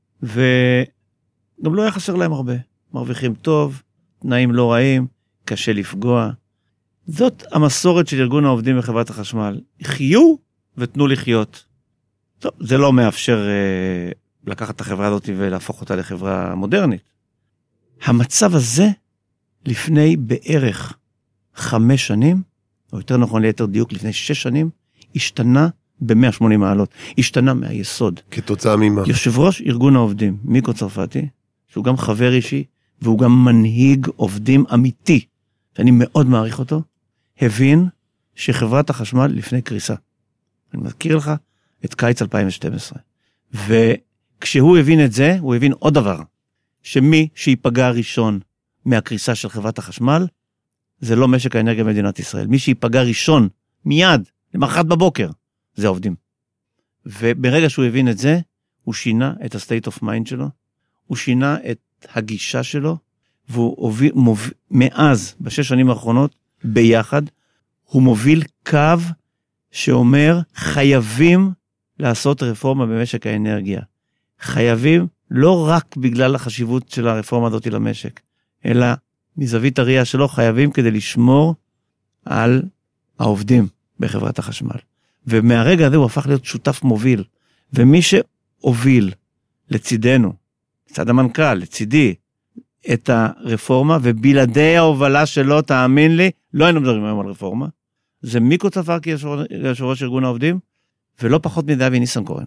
וגם לא היה חסר להם הרבה. מרוויחים טוב, תנאים לא רעים, קשה לפגוע. זאת המסורת של ארגון העובדים בחברת החשמל. חיו ותנו לחיות. טוב, זה לא מאפשר לקחת את החברה הזאת ולהפוך אותה לחברה מודרנית. המצב הזה, לפני בערך 5 שנים, או יותר נכון ליתר דיוק לפני 6 שנים, השתנה ב-180 מעלות. השתנה מהיסוד. כתוצאה ממה? יושב ראש ארגון העובדים, מיקו צרפתי, שהוא גם חבר אישי, והוא גם מנהיג עובדים אמיתי, שאני מאוד מעריך אותו, הבין שחברת החשמל לפני קריסה. אני מזכיר לך את קיץ 2012. וכשהוא הבין את זה, הוא הבין עוד דבר, שמי שיפגע ראשון מהקריסה של חברת החשמל, זה לא משק האנרגיה במדינת ישראל. מי שיפגע ראשון, מיד, למחרת בבוקר, זה העובדים. וברגע שהוא הבין את זה, הוא שינה את ה-state of mind שלו, הוא שינה את הגישה שלו, והוא מאז, ב6 שנים האחרונות, ביחד, הוא מוביל קו שאומר, חייבים לעשות רפורמה במשק האנרגיה. חייבים, לא רק בגלל החשיבות של הרפורמה הזאת למשק, אלא מזווית הראייה שלו, חייבים כדי לשמור על העובדים בחברת החשמל. ומהרגע הזה הוא הפך להיות שותף מוביל, ומי שהוביל לצידנו, לצד המנכ"ל, לצידי, את הרפורמה, ובלעדי ההובלה שלו, תאמין לי, לא היינו מדברים היום על רפורמה, זה מיקו צרפתי יושב ראש ארגון העובדים, ולא פחות מדי אבי ניסנקורן.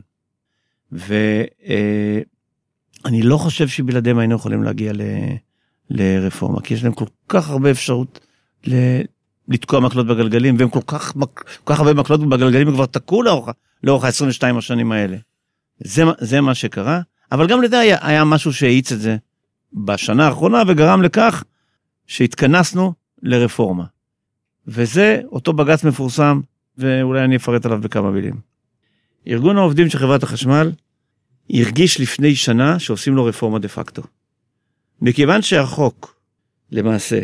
ואני לא חושב שבלעדיהם היינו יכולים להגיע לרפורמה, כי יש להם כל כך הרבה אפשרות לתקוע מקלות בגלגלים, והם כל כך הרבה מקלות בגלגלים, וכבר תקעו לאורך ה-22 השנים האלה. זה מה שקרה, אבל גם לזה היה משהו שהאיץ את זה בשנה האחרונה, וגרם לכך שהתכנסנו לרפורמה. וזה אותו בג"ץ מפורסם, ואולי אני אפרט עליו בכמה מילים. ארגון העובדים של חברת החשמל, הרגיש לפני שנה שעושים לו רפורמה דה פקטו. מכיוון שהחוק, למעשה,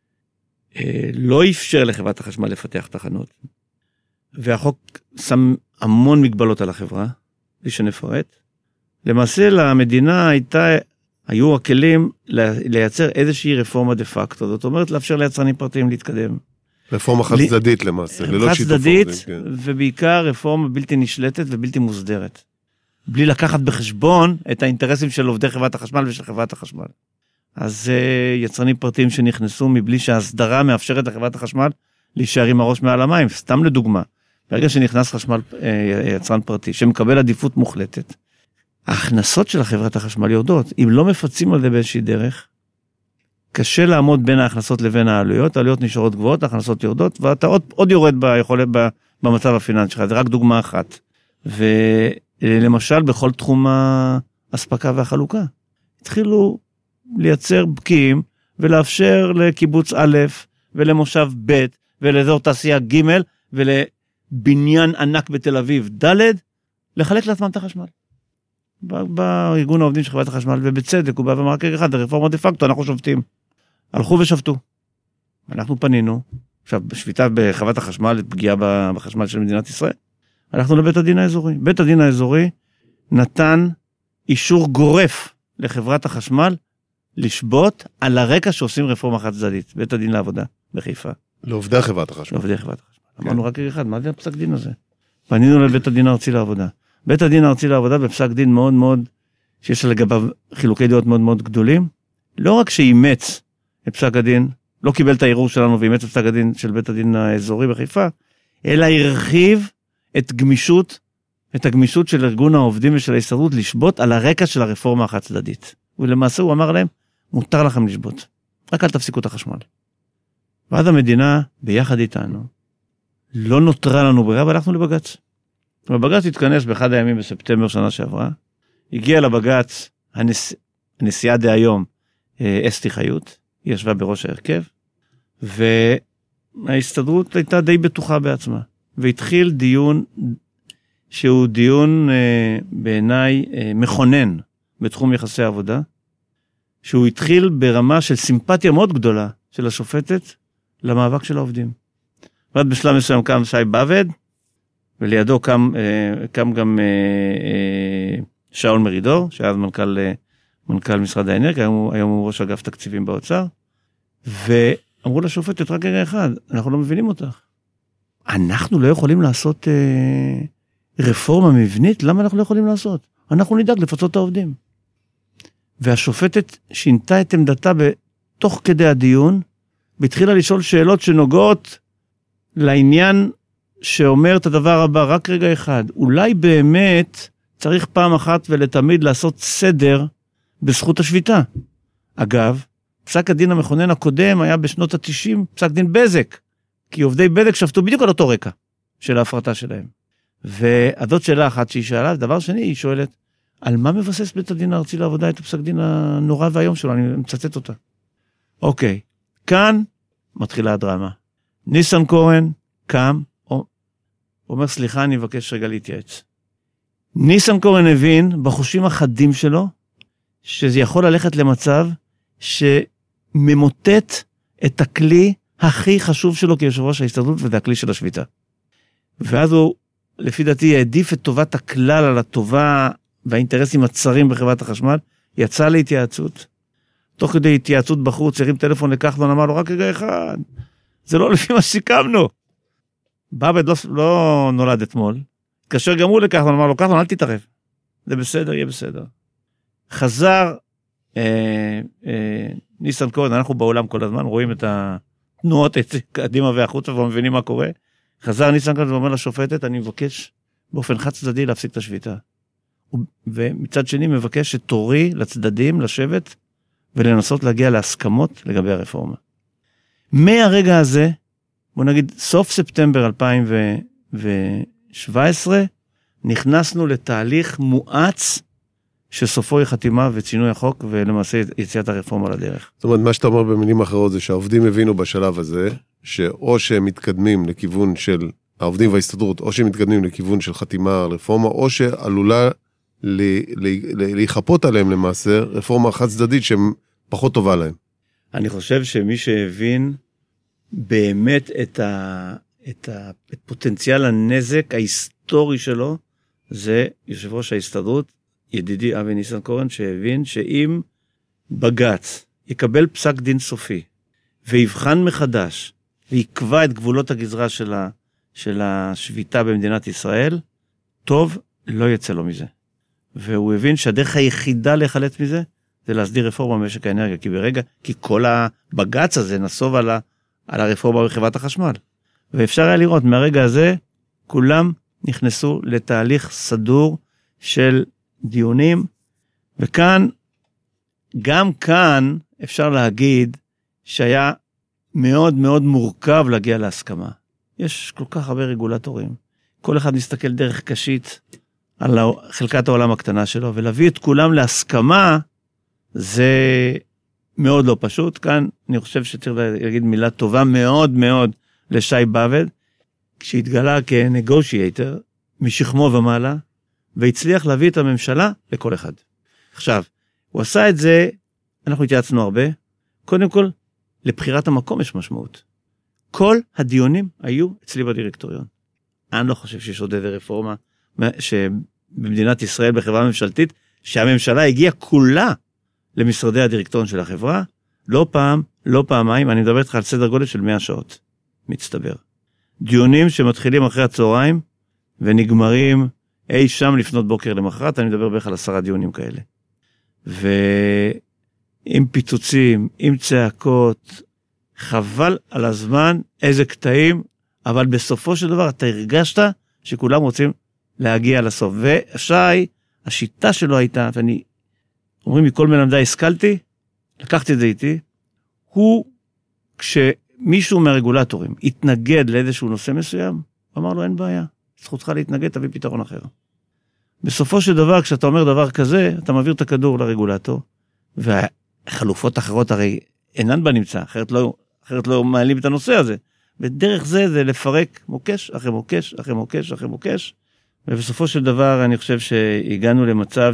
לא אפשר לחברת החשמל לפתח תחנות, והחוק שם המון מגבלות על החברה, בלי שנפרט, למעשה למדינה היו הכלים לייצר איזושהי רפורמה דה פקטו, זאת אומרת לאפשר ליצרנים פרטיים להתקדם. רפורמה חד צדדית למעשה, ללא שיתוף עובדים. חד צדדית, כן. ובעיקר רפורמה בלתי נשלטת ובלתי מוסדרת. בלי לקחת בחשבון את האינטרסים של עובדי חברת החשמל ושל חברת החשמל. אז יצרנים פרטיים שנכנסו מבלי שההסדרה מאפשרת לחברת החשמל להישאר עם הראש מעל המים. סתם לדוגמה, ברגע שנכנס יצרן פרטי שמקבל עדיפות מוחלטת, ההכנסות של חברת החשמל יורדות. אם לא מפצים על זה באיזושהי דרך, קשה לעמוד בין ההכנסות לבין העלויות, העלויות נשארות גבוהות, ההכנסות יורדות, ואתה עוד יורד ביכולת במצב הפיננסי שלך, זה רק דוגמה אחת. ולמשל, בכל תחום ההספקה והחלוקה, התחילו לייצר בקיעים, ולאפשר לקיבוץ א', ולמושב ב', ולאזור תעשייה ג', ולבניין ענק בתל אביב ד', לחלק לעצמם את החשמל. בארגון העובדים של חברת החשמל, ובצדק, הוא בא ואמר, אחד, הרפורמה דה פקטו, אנחנו שובתים. הלכו ושבתו. אנחנו פנינו, עכשיו, בשביתה בחברת החשמל, פגיעה בחשמל של מדינת ישראל, הלכנו לבית הדין האזורי. בית הדין האזורי נתן אישור גורף לחברת החשמל, לשבות על הרקע שעושים רפורמה חד צדדית. בית הדין לעבודה בחיפה. לעובדי חברת החשמל. לעובדי חברת החשמל. אמרנו רק אחד, מה זה הפסק דין הזה? פנינו לבית הדין הארצי לעבודה. בית הדין הארצי לעבודה בפסק דין מאוד מאוד, שיש לגביו חילוקי דעות מאוד מאוד גדולים, לא רק שאימץ את פסק הדין, לא קיבל את הערעור שלנו ואימץ את פסק הדין של בית הדין האזורי בחיפה, אלא הרחיב את הגמישות של ארגון העובדים ושל ההסתדרות לשבות על הרקע של הרפורמה החד צדדית. ולמעשה הוא אמר להם, מותר לכם לשבות, רק אל תפסיקו את החשמל. ואז המדינה, ביחד איתנו, לא נותרה לנו ברירה, והלכנו לבג"ץ. ובג"ץ התכנס באחד הימים בספטמבר שנה שעברה, הגיע לבג"ץ הנשיאה דהיום, אסתי חיות, היא ישבה בראש ההרכב, וההסתדרות הייתה די בטוחה בעצמה, והתחיל דיון שהוא דיון בעיניי מכונן בתחום יחסי העבודה, שהוא התחיל ברמה של סימפתיה מאוד גדולה של השופטת למאבק של העובדים. ועד בשלב מסוים קם שי באב"ד, ולידו קם גם שאול מרידור, שהיה מנכ"ל משרד האנרגיה, היום הוא ראש אגף תקציבים באוצר, ואמרו לשופטת, רק רגע אחד, אנחנו לא מבינים אותך. אנחנו לא יכולים לעשות רפורמה מבנית, למה אנחנו לא יכולים לעשות? אנחנו נדאג לפצות את העובדים. והשופטת שינתה את עמדתה בתוך כדי הדיון, והתחילה לשאול שאלות שנוגעות לעניין שאומר את הדבר הבא, רק רגע אחד, אולי באמת צריך פעם אחת ולתמיד לעשות סדר בזכות השביתה. אגב, פסק הדין המכונן הקודם היה בשנות ה-90, פסק דין בזק, כי עובדי בזק שפטו בדיוק על אותו רקע של ההפרטה שלהם. והזאת שאלה אחת שהיא שאלה, דבר שני היא שואלת, על מה מבסס בית הדין הארצי לעבודה את הפסק דין הנורא והיום שלו, אני מצטט אותה. אוקיי, כאן מתחילה הדרמה. ניסנקורן קם, אומר סליחה, אני מבקש רגע להתייעץ. ניסנקורן הבין בחושים החדים שלו, שזה יכול ללכת למצב שממוטט את הכלי הכי חשוב שלו כיושב ראש ההסתדרות, וזה הכלי של השביתה. ואז הוא, לפי דעתי, העדיף את טובת הכלל על הטובה והאינטרסים הצרים בחברת החשמל, יצא להתייעצות. תוך כדי התייעצות בחוץ, הרים טלפון לכחלון, אמר לו, רק רגע אחד, זה לא לפי מה שסיכמנו. באב"ד לא נולד אתמול, כאשר גם הוא לכחלון, אמר לו, כחלון, אל תתערב. זה בסדר, יהיה בסדר. חזר ניסנקורן, אנחנו בעולם כל הזמן, רואים את התנועות קדימה והחוצה, ומבינים מה קורה. חזר ניסנקורן ואומר לשופטת, אני מבקש באופן חד צדדי להפסיק את השביתה. ומצד שני מבקש שתורי לצדדים לשבת, ולנסות להגיע להסכמות לגבי הרפורמה. מהרגע הזה, בוא נגיד, סוף ספטמבר 2017, נכנסנו לתהליך מואץ, שסופו היא חתימה וצינוי החוק, ולמעשה יציאת הרפורמה לדרך. זאת אומרת, מה שאתה אומר במילים אחרות, זה שהעובדים הבינו בשלב הזה, שאו שהם מתקדמים לכיוון של, העובדים וההסתדרות, או שהם מתקדמים לכיוון של חתימה על רפורמה, או שעלולה להיחפות עליהם למעשה, רפורמה חד צדדית שהם פחות טובה להם. אני חושב שמי שהבין באמת את פוטנציאל הנזק ההיסטורי שלו, זה יושב ראש ההסתדרות, ידידי אבי ניסנקורן, שהבין שאם בג"ץ יקבל פסק דין סופי, ויבחן מחדש, ויקבע את גבולות הגזרה של השביתה במדינת ישראל, טוב, לא יצא לו מזה. והוא הבין שהדרך היחידה להיחלץ מזה, זה להסדיר רפורמה במשק האנרגיה, כי כל הבג"ץ הזה נסוב על הרפורמה בחברת החשמל. ואפשר היה לראות, מהרגע הזה, כולם נכנסו לתהליך סדור של דיונים, וכאן, גם כאן אפשר להגיד שהיה מאוד מאוד מורכב להגיע להסכמה. יש כל כך הרבה רגולטורים, כל אחד מסתכל דרך קשית על חלקת העולם הקטנה שלו, ולהביא את כולם להסכמה, זה מאוד לא פשוט. כאן אני חושב שצריך להגיד מילה טובה מאוד מאוד לשי באב"ד, כשהתגלה כנגושייטר, משכמו ומעלה, והצליח להביא את הממשלה לכל אחד. עכשיו, הוא עשה את זה, אנחנו התייעצנו הרבה, קודם כל, לבחירת המקום יש משמעות. כל הדיונים היו אצלי בדירקטוריון. אני לא חושב שיש עוד איזה רפורמה, שבמדינת ישראל, בחברה ממשלתית, שהממשלה הגיעה כולה למשרדי הדירקטוריון של החברה, לא פעם, לא פעמיים, אני מדבר איתך על סדר גודל של 100 שעות, מצטבר. דיונים שמתחילים אחרי הצהריים, ונגמרים אי שם לפנות בוקר למחרת, אני מדבר בערך על 10 דיונים כאלה. עם פיצוצים, עם צעקות, חבל על הזמן, איזה קטעים, אבל בסופו של דבר אתה הרגשת שכולם רוצים להגיע לסוף. ושי, השיטה שלו הייתה, ואני, אומרים מכל מלמדי השכלתי, לקחתי את זה איתי, הוא, כשמישהו מהרגולטורים התנגד לאיזשהו נושא מסוים, אמר לו אין בעיה, זכותך להתנגד, תביא פתרון אחר. בסופו של דבר, כשאתה אומר דבר כזה, אתה מעביר את הכדור לרגולטור, והחלופות אחרות הרי אינן בנמצא, אחרת לא מעלים את הנושא הזה. ודרך זה לפרק מוקש אחרי מוקש, אחרי מוקש, אחרי מוקש, ובסופו של דבר אני חושב שהגענו למצב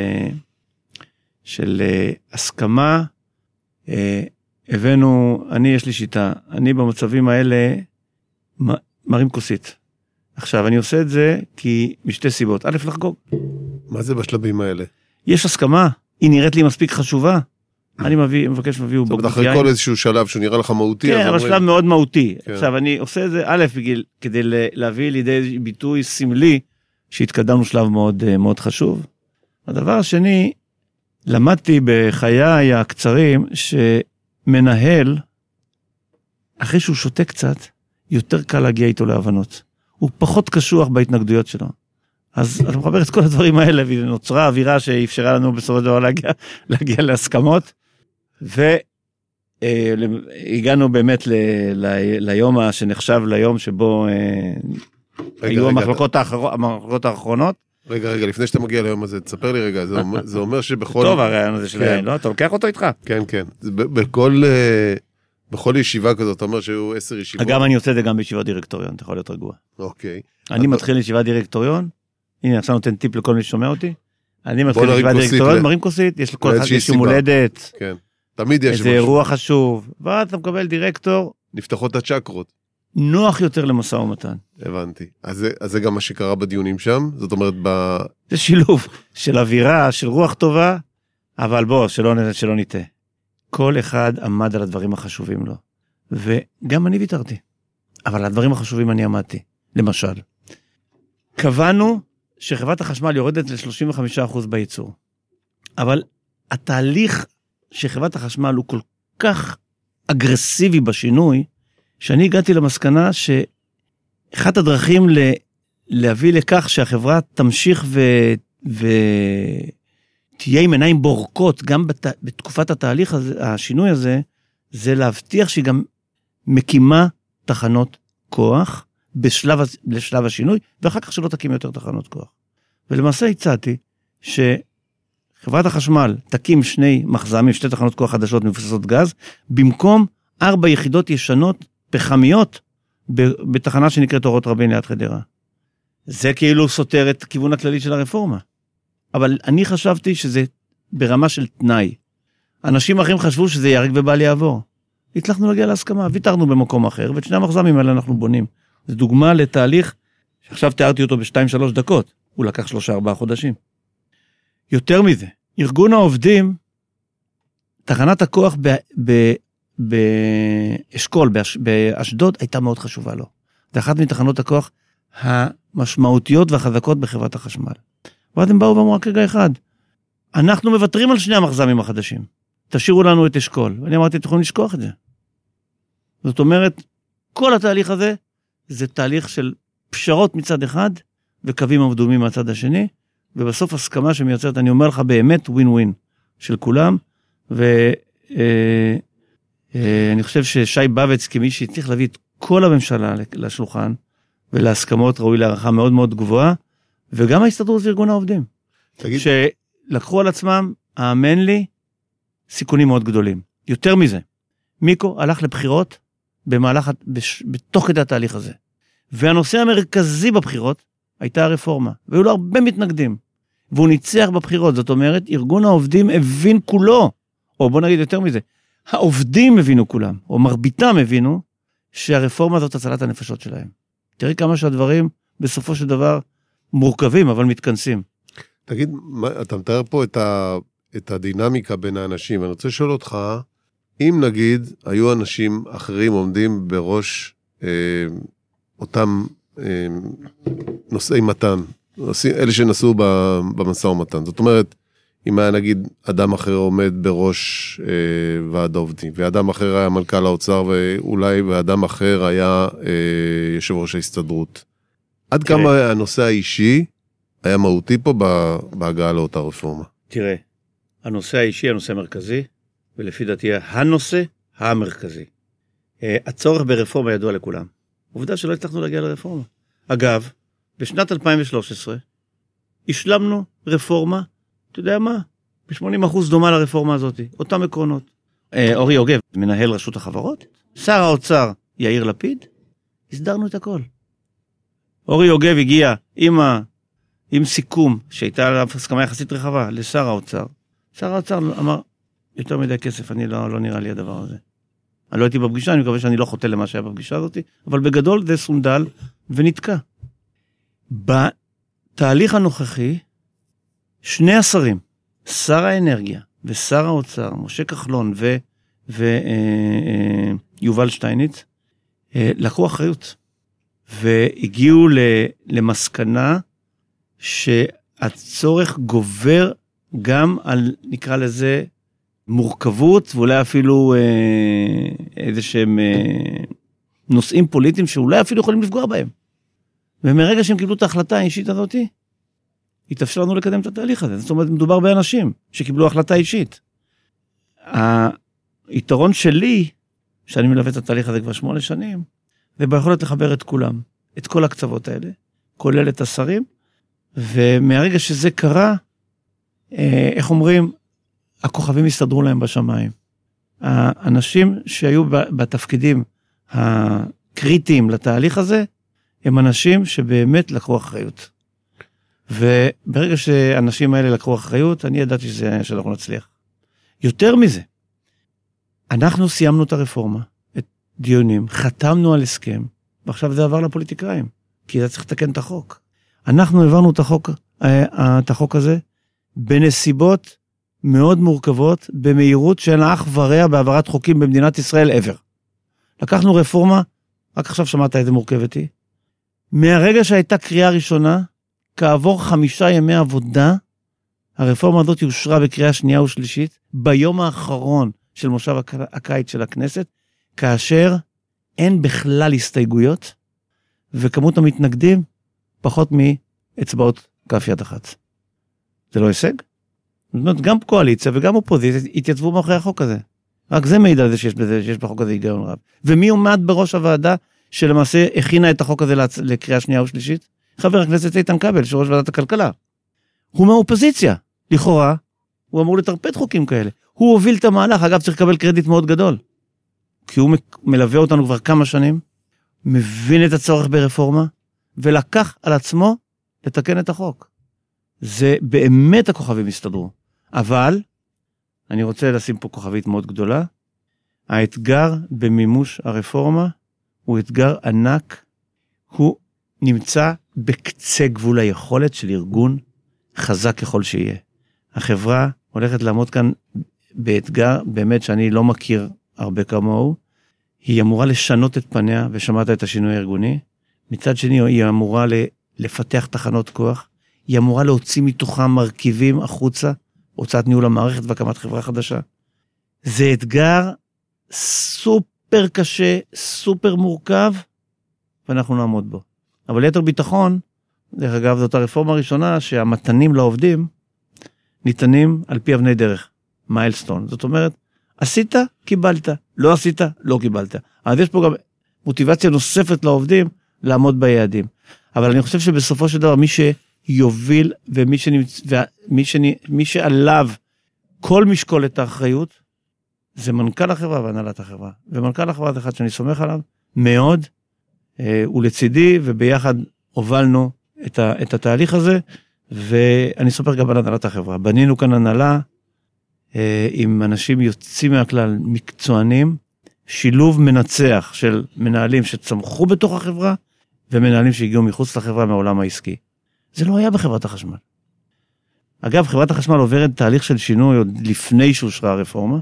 של הסכמה, הבאנו, יש לי שיטה, אני במצבים האלה מרים כוסית. עכשיו, אני עושה את זה כי משתי סיבות. א', לחגוג. מה זה בשלבים האלה? יש הסכמה, היא נראית לי מספיק חשובה, אני מבקש מביאו זאת אומרת, אחרי כל איזשהו שלב שהוא נראה לך מהותי. כן, אבל שלב מאוד מהותי. עכשיו, אני עושה את זה, א', כדי להביא לידי ביטוי סמלי, שהתקדמנו שלב מאוד, מאוד חשוב. הדבר השני, למדתי בחיי הקצרים, שמנהל, אחרי שהוא שותה קצת, יותר קל להגיע איתו להבנות. הוא פחות קשוח בהתנגדויות שלו. אז אני מחבר את כל הדברים האלה, ונוצרה אווירה שאפשרה לנו בסופו של דבר להגיע להסכמות, והגענו באמת ליום שנחשב ליום שבו היו המחלוקות האחרונות. רגע, לפני שאתה מגיע ליום הזה, תספר לי רגע, זה אומר שבכל... טוב, הרעיון הזה שלהם, לא? אתה לוקח אותו איתך? כן. בכל ישיבה כזאת, אתה אומר שהיו 10 ישיבות. אגב, אני עושה את זה גם בישיבת דירקטוריון, אתה יכול להיות רגוע. אוקיי. אני מתחיל ישיבת דירקטוריון, הנה, עכשיו נותן טיפ לכל מי ששומע אותי, אני מתחיל ישיבת דירקטוריון, מרים כוסית, יש לכל אחד יש יום הולדת, כן, תמיד יש איזה אירוע חשוב, ואז אתה מקבל דירקטור, נפתחות הצ'קרות. נוח יותר למשא ומתן. הבנתי. אז זה גם מה שקרה בדיונים שם, זאת אומרת זה שילוב של אווירה, של רוח טובה, אבל בוא, שלא ניטה. כל אחד עמד על הדברים החשובים לו, וגם אני ויתרתי, אבל הדברים החשובים אני עמדתי. למשל, קבענו שחברת החשמל יורדת ל-35% בייצור, אבל התהליך שחברת החשמל הוא כל כך אגרסיבי בשינוי, שאני הגעתי למסקנה שאחת הדרכים להביא לכך שהחברה תמשיך תהיה עם עיניים בורקות, גם בתקופת התהליך הזה, השינוי הזה, זה להבטיח שהיא גם מקימה תחנות כוח, לשלב השינוי, ואחר כך שלא תקים יותר תחנות כוח. ולמעשה הצעתי, שחברת החשמל תקים 2 מחז"מים, 2 תחנות כוח חדשות מבוססות גז, במקום 4 יחידות ישנות, פחמיות, בתחנה שנקראת אורות רבין ליד חדרה. זה כאילו סותר את הכיוון הכללי של הרפורמה. אבל אני חשבתי שזה ברמה של תנאי. אנשים אחרים חשבו שזה ירק ובל יעבור. הצלחנו להגיע להסכמה, ויתרנו במקום אחר, ואת 2 המחז"מים האלה אנחנו בונים. זו דוגמה לתהליך, שעכשיו תיארתי אותו ב2-3 דקות, הוא לקח 3-4 חודשים. יותר מזה, ארגון העובדים, תחנת הכוח באשכול, באשדוד, הייתה מאוד חשובה לו. זה אחת מתחנות הכוח המשמעותיות והחזקות בחברת החשמל. ואז הם באו ואמרו רק רגע אחד, אנחנו מוותרים על 2 המחז"מים החדשים, תשאירו לנו את אשכול. ואני אמרתי, אתם יכולים לשכוח את זה. זאת אומרת, כל התהליך הזה, זה תהליך של פשרות מצד אחד, וקווים אדומים מהצד השני, ובסוף הסכמה שמייצרת, אני אומר לך באמת ווין ווין של כולם, ואני חושב ששי בבץ, כמי שצריך להביא את כל הממשלה לשולחן, ולהסכמות ראוי להערכה מאוד מאוד גבוהה, וגם ההסתדרות וארגון העובדים, שלקחו על עצמם, האמן לי, סיכונים מאוד גדולים. יותר מזה, מיקו הלך לבחירות, בתוך כדי התהליך הזה. והנושא המרכזי בבחירות, הייתה הרפורמה, והיו לו הרבה מתנגדים, והוא ניצח בבחירות, זאת אומרת, ארגון העובדים הבין כולו, או בוא נגיד יותר מזה, העובדים הבינו כולם, או מרביתם הבינו, שהרפורמה זאת הצלת הנפשות שלהם. תראי כמה שהדברים, בסופו של דבר, מורכבים, אבל מתכנסים. תגיד, אתה מתאר פה את הדינמיקה בין האנשים, אני רוצה לשאול אותך, אם נגיד, היו אנשים אחרים עומדים בראש אותם נושאי מתן, אלה שנסעו במשא ומתן, זאת אומרת, אם היה נגיד אדם אחר עומד בראש ועד העובדים, ואדם אחר היה מנכ"ל האוצר, ואולי ואדם אחר היה יושב ראש ההסתדרות. עד כמה הנושא האישי היה מהותי פה בהגעה לאותה רפורמה? תראה, הנושא האישי, הנושא המרכזי, ולפי דעתי הנושא המרכזי. הצורך ברפורמה ידוע לכולם. עובדה שלא הצלחנו להגיע לרפורמה. אגב, בשנת 2013, השלמנו רפורמה, אתה יודע מה? ב-80% דומה לרפורמה הזאת, אותם עקרונות. אורי יוגב, מנהל רשות החברות, שר האוצר יאיר לפיד, הסדרנו את הכל. אורי יוגב הגיע עם סיכום, שהייתה עליו הסכמה יחסית רחבה, לשר האוצר. שר האוצר אמר, יותר מדי כסף, אני לא נראה לי הדבר הזה. אני לא הייתי בפגישה, אני מקווה שאני לא חוטא למה שהיה בפגישה הזאת, אבל בגדול זה סונדל ונתקע. בתהליך הנוכחי, שני השרים, שר האנרגיה ושר האוצר, משה כחלון ויובל שטייניץ, לקחו אחריות, והגיעו למסקנה שהצורך גובר גם על, נקרא לזה, מורכבות, ואולי אפילו איזה שהם נושאים פוליטיים שאולי אפילו יכולים לפגוע בהם. ומרגע שהם קיבלו את ההחלטה האישית הזאת, התאפשר לנו לקדם את התהליך הזה. זאת אומרת, מדובר באנשים שקיבלו החלטה אישית. היתרון שלי, שאני מלווה את התהליך הזה כבר 8 שנים, זה ביכולת לחבר את כולם, את כל הקצוות האלה, כולל את השרים, ומהרגע שזה קרה, איך אומרים, הכוכבים הסתדרו להם בשמיים. האנשים שהיו בתפקידים הקריטיים לתהליך הזה, הם אנשים שבאמת לקחו אחריות. וברגע שהאנשים האלה לקחו אחריות, אני ידעתי שאנחנו נצליח. יותר מזה, אנחנו סיימנו את הרפורמה, את דיונים, חתמנו על הסכם, ועכשיו זה עבר לפוליטיקאים, כי זה צריך לתקן את החוק. אנחנו העברנו את החוק הזה, בנסיבות מאוד מורכבות, במהירות שאין לה אח ורע בהעברת חוקים במדינת ישראל ever. לקחנו רפורמה, רק עכשיו שמעת איזה מורכבת היא, מהרגע שהייתה קריאה ראשונה, כעבור 5 ימי עבודה, הרפורמה הזאת אושרה בקריאה שנייה ושלישית, ביום האחרון של מושב הקיץ של הכנסת, כאשר אין בכלל הסתייגויות, וכמות המתנגדים פחות מאצבעות כף יד אחת. זה לא הישג? זאת אומרת, גם קואליציה וגם אופוזיציה התייצבו מאחורי החוק הזה. רק זה מעיד על זה שיש בחוק הזה היגיון רב. ומי עומד בראש הוועדה שלמעשה הכינה את החוק הזה לקריאה שנייה ושלישית? חבר הכנסת איתן כבל, שראש ועדת הכלכלה. הוא מהאופוזיציה. לכאורה, הוא אמור לטרפד חוקים כאלה. הוא הוביל את המהלך, אגב, צריך לקבל קרדיט מאוד גדול. כי הוא מלווה אותנו כבר כמה שנים, מבין את הצורך ברפורמה, ולקח על עצמו לתקן את החוק. זה באמת הכוכבים הסתדרו. אבל, אני רוצה לשים פה כוכבית מאוד גדולה, האתגר במימוש הרפורמה, הוא אתגר ענק, הוא נמצא בקצה גבול היכולת של ארגון חזק ככל שיהיה. החברה הולכת לעמוד כאן באתגר באמת שאני לא מכיר הרבה כמוהו, היא אמורה לשנות את פניה, ושמעת את השינוי הארגוני, מצד שני היא אמורה לפתח תחנות כוח, היא אמורה להוציא מתוכם מרכיבים החוצה, הוצאת ניהול המערכת והקמת חברה חדשה. זה אתגר סופר קשה, סופר מורכב, ואנחנו נעמוד בו. אבל ליתר ביטחון, דרך אגב, זאת הרפורמה הראשונה שהמתנים לעובדים ניתנים על פי אבני דרך, מיילסטון. זאת אומרת, עשית, קיבלת, לא עשית, לא קיבלת. אז יש פה גם מוטיבציה נוספת לעובדים לעמוד ביעדים. אבל אני חושב שבסופו של דבר, מי שיוביל ומי שעליו כל משקול את האחריות, זה מנכ"ל החברה והנהלת החברה. ומנכ"ל החברה זה אחד שאני סומך עליו מאוד, הוא לצידי, וביחד הובלנו את התהליך הזה, ואני סופר גם על הנהלת החברה. בנינו כאן הנהלה, עם אנשים יוצאים מהכלל מקצוענים, שילוב מנצח של מנהלים שצמחו בתוך החברה, ומנהלים שהגיעו מחוץ לחברה מהעולם העסקי. זה לא היה בחברת החשמל. אגב, חברת החשמל עוברת תהליך של שינוי עוד לפני שאושרה הרפורמה.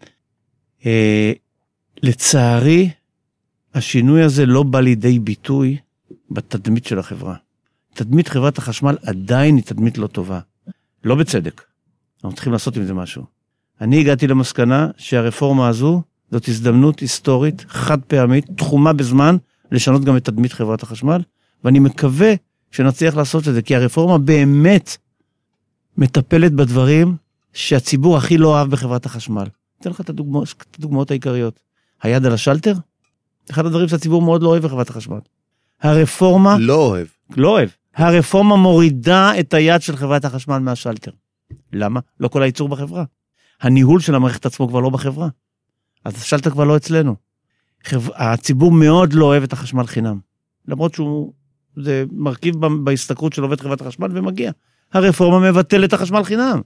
לצערי, השינוי הזה לא בא לידי ביטוי בתדמית של החברה. תדמית חברת החשמל עדיין היא תדמית לא טובה. לא בצדק. אנחנו צריכים לעשות עם זה משהו. אני הגעתי למסקנה שהרפורמה הזו, זאת הזדמנות היסטורית, חד פעמית, תחומה בזמן, לשנות גם את תדמית חברת החשמל, ואני מקווה שנצליח לעשות את זה, כי הרפורמה באמת מטפלת בדברים שהציבור הכי לא אוהב בחברת החשמל. אתן לך את הדוגמאות העיקריות. היד על השלטר, אחד הדברים שהציבור מאוד לא אוהב בחברת החשמל. הרפורמה... לא אוהב. הרפורמה מורידה את היד של חברת החשמל מהשלטר. למה? לא כל הייצור בחברה. הניהול של המערכת עצמו כבר לא בחברה. אז השלטר כבר לא אצלנו. הציבור מאוד לא אוהב את החשמל חינם. למרות זה מרכיב בהסתכרות של עובד חברת החשמל ומגיע. הרפורמה מבטלת את החשמל חינם.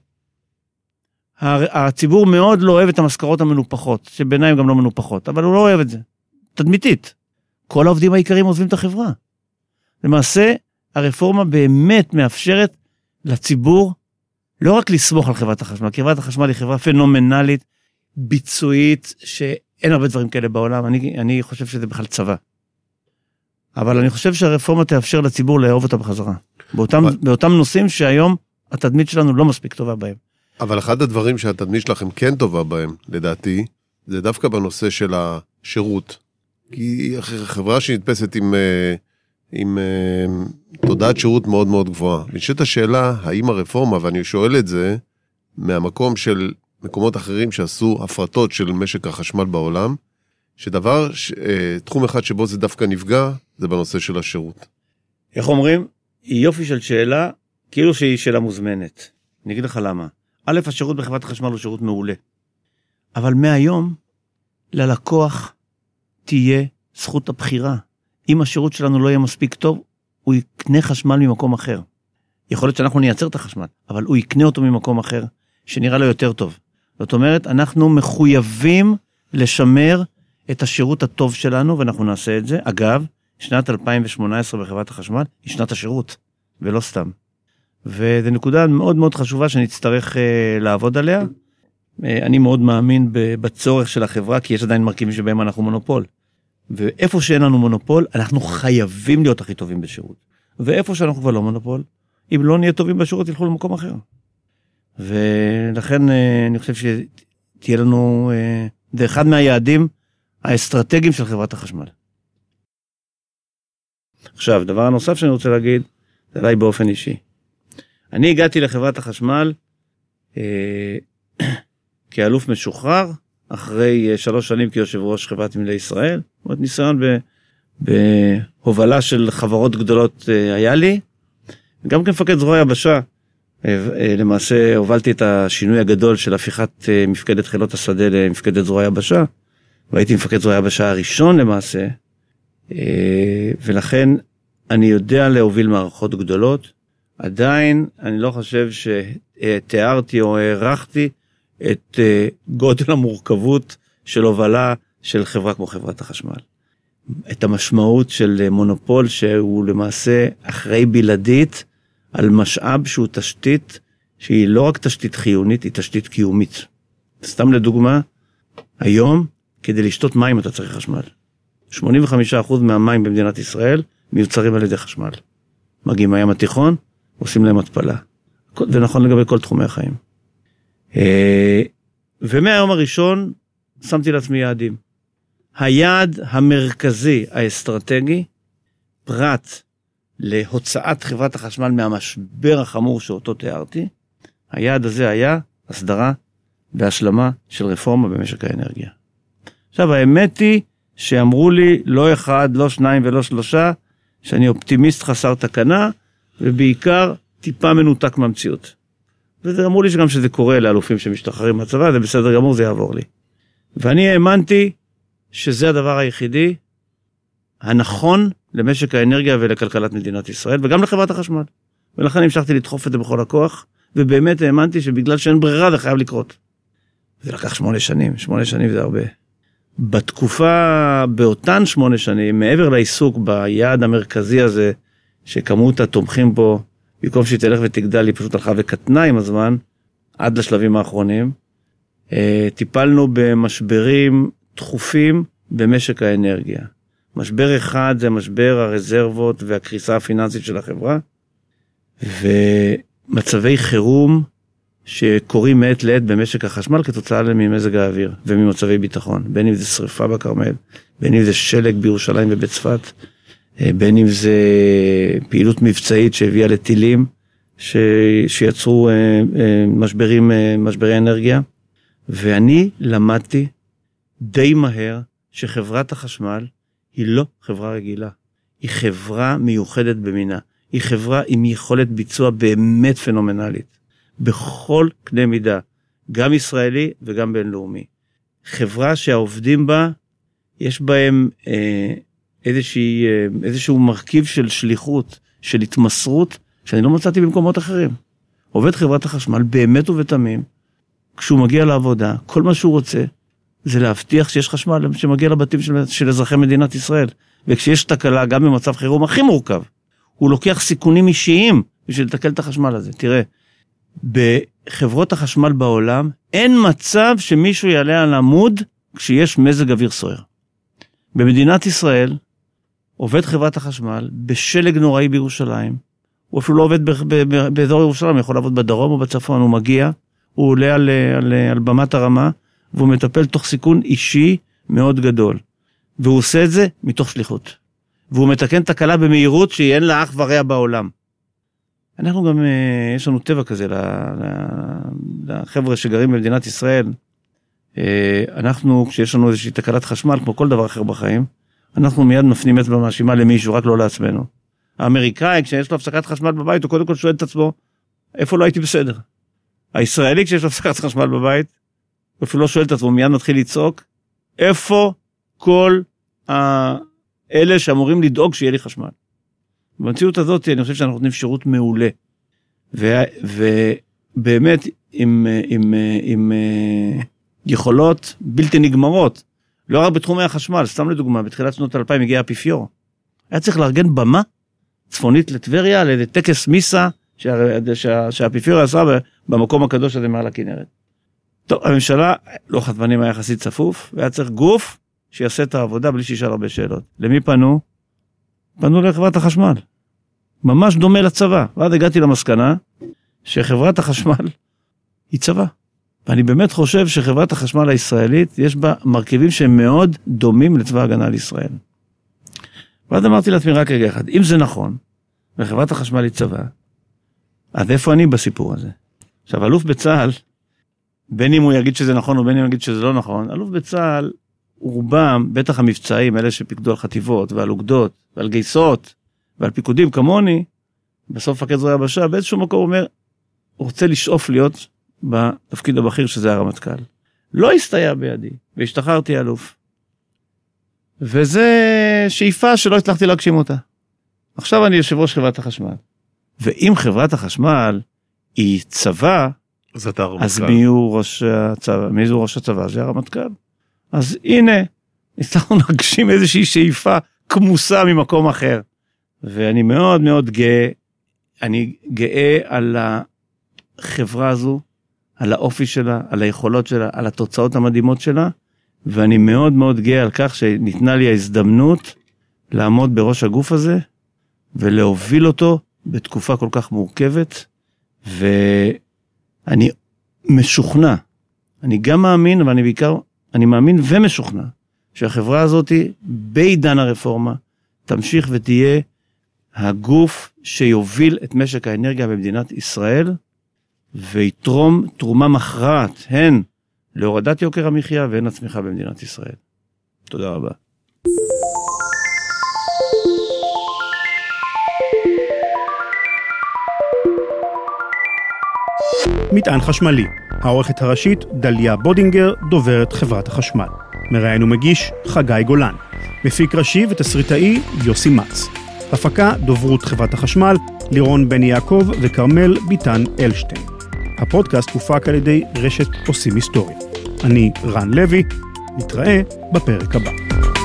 הציבור מאוד לא אוהב את המשכורות המנופחות, שבעיניים גם לא מנופחות, אבל הוא לא אוהב את זה. תדמיתית. כל העובדים העיקריים עוזבים את החברה. למעשה, הרפורמה באמת מאפשרת לציבור לא רק לסמוך על חברת החשמל, כי חברת החשמל היא חברה פנומנלית, ביצועית, שאין הרבה דברים כאלה בעולם, אני חושב שזה בכלל צבא. אבל אני חושב שהרפורמה תאפשר לציבור לאהוב אותה בחזרה. באותם נושאים שהיום התדמית שלנו לא מספיק טובה בהם. אבל אחד הדברים שהתדמית שלכם כן טובה בהם, לדעתי, זה דווקא בנושא של השירות. כי חברה שנתפסת עם תודעת שירות מאוד מאוד גבוהה. נשאלת השאלה, האם הרפורמה, ואני שואל את זה, מהמקום של מקומות אחרים שעשו הפרטות של משק החשמל בעולם, תחום אחד שבו זה דווקא נפגע, זה בנושא של השירות. איך אומרים? היא יופי של שאלה, כאילו שהיא שאלה מוזמנת. אני אגיד לך למה. א', השירות בחברת החשמל הוא שירות מעולה. אבל מהיום, ללקוח תהיה זכות הבחירה. אם השירות שלנו לא יהיה מספיק טוב, הוא יקנה חשמל ממקום אחר. יכול להיות שאנחנו נייצר את החשמל, אבל הוא יקנה אותו ממקום אחר, שנראה לו יותר טוב. זאת אומרת, אנחנו מחויבים לשמר את השירות הטוב שלנו, ואנחנו נעשה את זה. אגב, שנת 2018 בחברת החשמל היא שנת השירות, ולא סתם. וזו נקודה מאוד מאוד חשובה שנצטרך לעבוד עליה. אני מאוד מאמין בצורך של החברה, כי יש עדיין מרכיבים שבהם אנחנו מונופול. ואיפה שאין לנו מונופול, אנחנו חייבים להיות הכי טובים בשירות. ואיפה שאנחנו כבר לא מונופול, אם לא נהיה טובים בשירות, ילכו למקום אחר. ולכן אני חושב שתהיה לנו, זה אחד מהיעדים האסטרטגיים של חברת החשמל. עכשיו, דבר הנוסף שאני רוצה להגיד, זה עליי באופן אישי. אני הגעתי לחברת החשמל כאלוף משוחרר, אחרי 3 שנים כיושב ראש חברת נמלי ישראל, זאת אומרת ניסיון בהובלה של חברות גדולות היה לי, גם כמפקד זרוע יבשה, למעשה הובלתי את השינוי הגדול של הפיכת מפקדת חילות השדה למפקדת זרוע יבשה, והייתי מפקד זרוע יבשה הראשון למעשה, ולכן אני יודע להוביל מערכות גדולות, עדיין אני לא חושב שתיארתי או הערכתי את גודל המורכבות של הובלה של חברה כמו חברת החשמל. את המשמעות של מונופול שהוא למעשה אחראי בלעדית על משאב שהוא תשתית, שהיא לא רק תשתית חיונית, היא תשתית קיומית. סתם לדוגמה, היום כדי לשתות מים אתה צריך חשמל. 85% מהמים במדינת ישראל מיוצרים על ידי חשמל. מגיעים מים התיכון, עושים להם התפלה. זה נכון לגבי כל תחומי החיים. ומהיום הראשון שמתי לעצמי יעדים. היעד המרכזי האסטרטגי, פרט להוצאת חברת החשמל מהמשבר החמור שאותו תיארתי, היעד הזה היה הסדרה והשלמה של רפורמה במשק האנרגיה. עכשיו האמת היא שאמרו לי לא 1, לא 2 ולא 3, שאני אופטימיסט חסר תקנה, ובעיקר טיפה מנותק מהמציאות. וזה אמרו לי שגם שזה קורה לאלופים שמשתחררים מהצבא, זה בסדר גמור, זה יעבור לי. ואני האמנתי שזה הדבר היחידי הנכון למשק האנרגיה ולכלכלת מדינת ישראל, וגם לחברת החשמל. ולכן המשכתי לדחוף את זה בכל הכוח, ובאמת האמנתי שבגלל שאין ברירה זה חייב לקרות. זה לקח 8 שנים, 8 שנים זה הרבה. בתקופה, באותן 8 שנים, מעבר לעיסוק ביעד המרכזי הזה, שכמות התומכים בו, במקום שהיא תלך ותגדל, היא פשוט הלכה וקטנה עם הזמן, עד לשלבים האחרונים, טיפלנו במשברים דחופים במשק האנרגיה. משבר אחד זה משבר הרזרבות והקריסה הפיננסית של החברה, ומצבי חירום שקורים מעת לעת במשק החשמל כתוצאה ממזג האוויר וממצבי ביטחון, בין אם זה שריפה בכרמל, בין אם זה שלג בירושלים ובצפת, בין אם זה פעילות מבצעית שהביאה לטילים, שיצרו משברי אנרגיה, ואני למדתי די מהר שחברת החשמל היא לא חברה רגילה, היא חברה מיוחדת במינה, היא חברה עם יכולת ביצוע באמת פנומנלית, בכל קנה מידה, גם ישראלי וגם בינלאומי. חברה שהעובדים בה, יש בהם איזשהו מרכיב של שליחות, של התמסרות, שאני לא מצאתי במקומות אחרים. עובד חברת החשמל באמת ובתמים, כשהוא מגיע לעבודה, כל מה שהוא רוצה, זה להבטיח שיש חשמל שמגיע לבתים של אזרחי מדינת ישראל. וכשיש תקלה, גם במצב חירום הכי מורכב, הוא לוקח סיכונים אישיים בשביל לתקל את החשמל הזה. תראה, בחברות החשמל בעולם, אין מצב שמישהו יעלה על עמוד כשיש מזג אוויר סוער. במדינת ישראל, עובד חברת החשמל בשלג נוראי בירושלים, הוא אפילו לא עובד באזור ירושלים, הוא יכול לעבוד בדרום או בצפון, הוא מגיע, הוא עולה על במת הרמה, והוא מטפל תוך סיכון אישי מאוד גדול. והוא עושה את זה מתוך שליחות. והוא מתקן תקלה במהירות שהיא אין לה אח ורע בעולם. אנחנו גם, יש לנו טבע כזה לחבר'ה שגרים במדינת ישראל. אנחנו, כשיש לנו איזושהי תקלת חשמל, כמו כל דבר אחר בחיים, אנחנו מיד מפנים אצבע מאשימה למישהו, רק לא לעצמנו. האמריקאי, כשיש לו הפסקת חשמל בבית, הוא קודם כל שואל את עצמו, איפה לא הייתי בסדר? הישראלי, כשיש לו הפסקת חשמל בבית, הוא אפילו לא שואל את עצמו, מיד מתחיל לצעוק, איפה כל אלה שאמורים לדאוג שיהיה לי חשמל? במציאות הזאת, אני חושב שאנחנו נותנים שירות מעולה. ובאמת, עם יכולות בלתי נגמרות, לא רק בתחומי החשמל, סתם לדוגמה, בתחילת שנות 2000 הגיע האפיפיור. היה צריך לארגן במה צפונית לטבריה, על איזה טקס מיסה, שהאפיפיור עשה במקום הקדוש הזה מעל הכנרת. טוב, הממשלה, לוח הזמנים היה יחסית צפוף, והיה צריך גוף שיעשה את העבודה בלי שישאל הרבה שאלות. למי פנו? פנו לחברת החשמל. ממש דומה לצבא. ואז הגעתי למסקנה שחברת החשמל היא צבא. ואני באמת חושב שחברת החשמל הישראלית, יש בה מרכיבים שהם מאוד דומים לצבא הגנה לישראל. ואז אמרתי לעצמי רק רגע אחד, אם זה נכון, וחברת החשמל היא צבא, אז איפה אני בסיפור הזה? עכשיו, אלוף בצה"ל, בין אם הוא יגיד שזה נכון או בין אם הוא יגיד שזה לא נכון, אלוף בצה"ל, רובם, בטח המבצעים, אלה שפיקדו על חטיבות ועל אוגדות ועל גייסות ועל פיקודים כמוני, בסוף מפקד זרוע היבשה, באיזשהו מקום הוא אומר, הוא רוצה לשאוף להיות בתפקיד הבכיר שזה הרמטכ"ל. לא הסתייע בידי, והשתחררתי אלוף. וזה שאיפה שלא הצלחתי להגשים אותה. עכשיו אני יושב ראש חברת החשמל. ואם חברת החשמל היא צבא, אז מי הוא ראש הצבא? זה הרמטכ"ל. אז הנה, הצלחנו להגשים איזושהי שאיפה כמוסה ממקום אחר. ואני מאוד מאוד גאה, אני גאה על החברה הזו, על האופי שלה, על היכולות שלה, על התוצאות המדהימות שלה, ואני מאוד מאוד גאה על כך שניתנה לי ההזדמנות לעמוד בראש הגוף הזה, ולהוביל אותו בתקופה כל כך מורכבת, ואני משוכנע, אני גם מאמין, אבל אני בעיקר, אני מאמין ומשוכנע, שהחברה הזאת, בעידן הרפורמה, תמשיך ותהיה הגוף שיוביל את משק האנרגיה במדינת ישראל, ויתרום תרומה מכרעת, הן להורדת יוקר המחיה והן הצמיחה במדינת ישראל. תודה רבה. מטען חשמלי, העורכת הראשית דליה בודינגר, דוברת חברת החשמל. מראיין ומגיש חגי גולן. מפיק ראשי ותסריטאי יוסי מצ. הפקה דוברות חברת החשמל, לירון בני יעקב וקרמל ביטן אלשטיין. הפודקאסט הופק על ידי רשת עושים היסטוריה. אני רן לוי, נתראה בפרק הבא.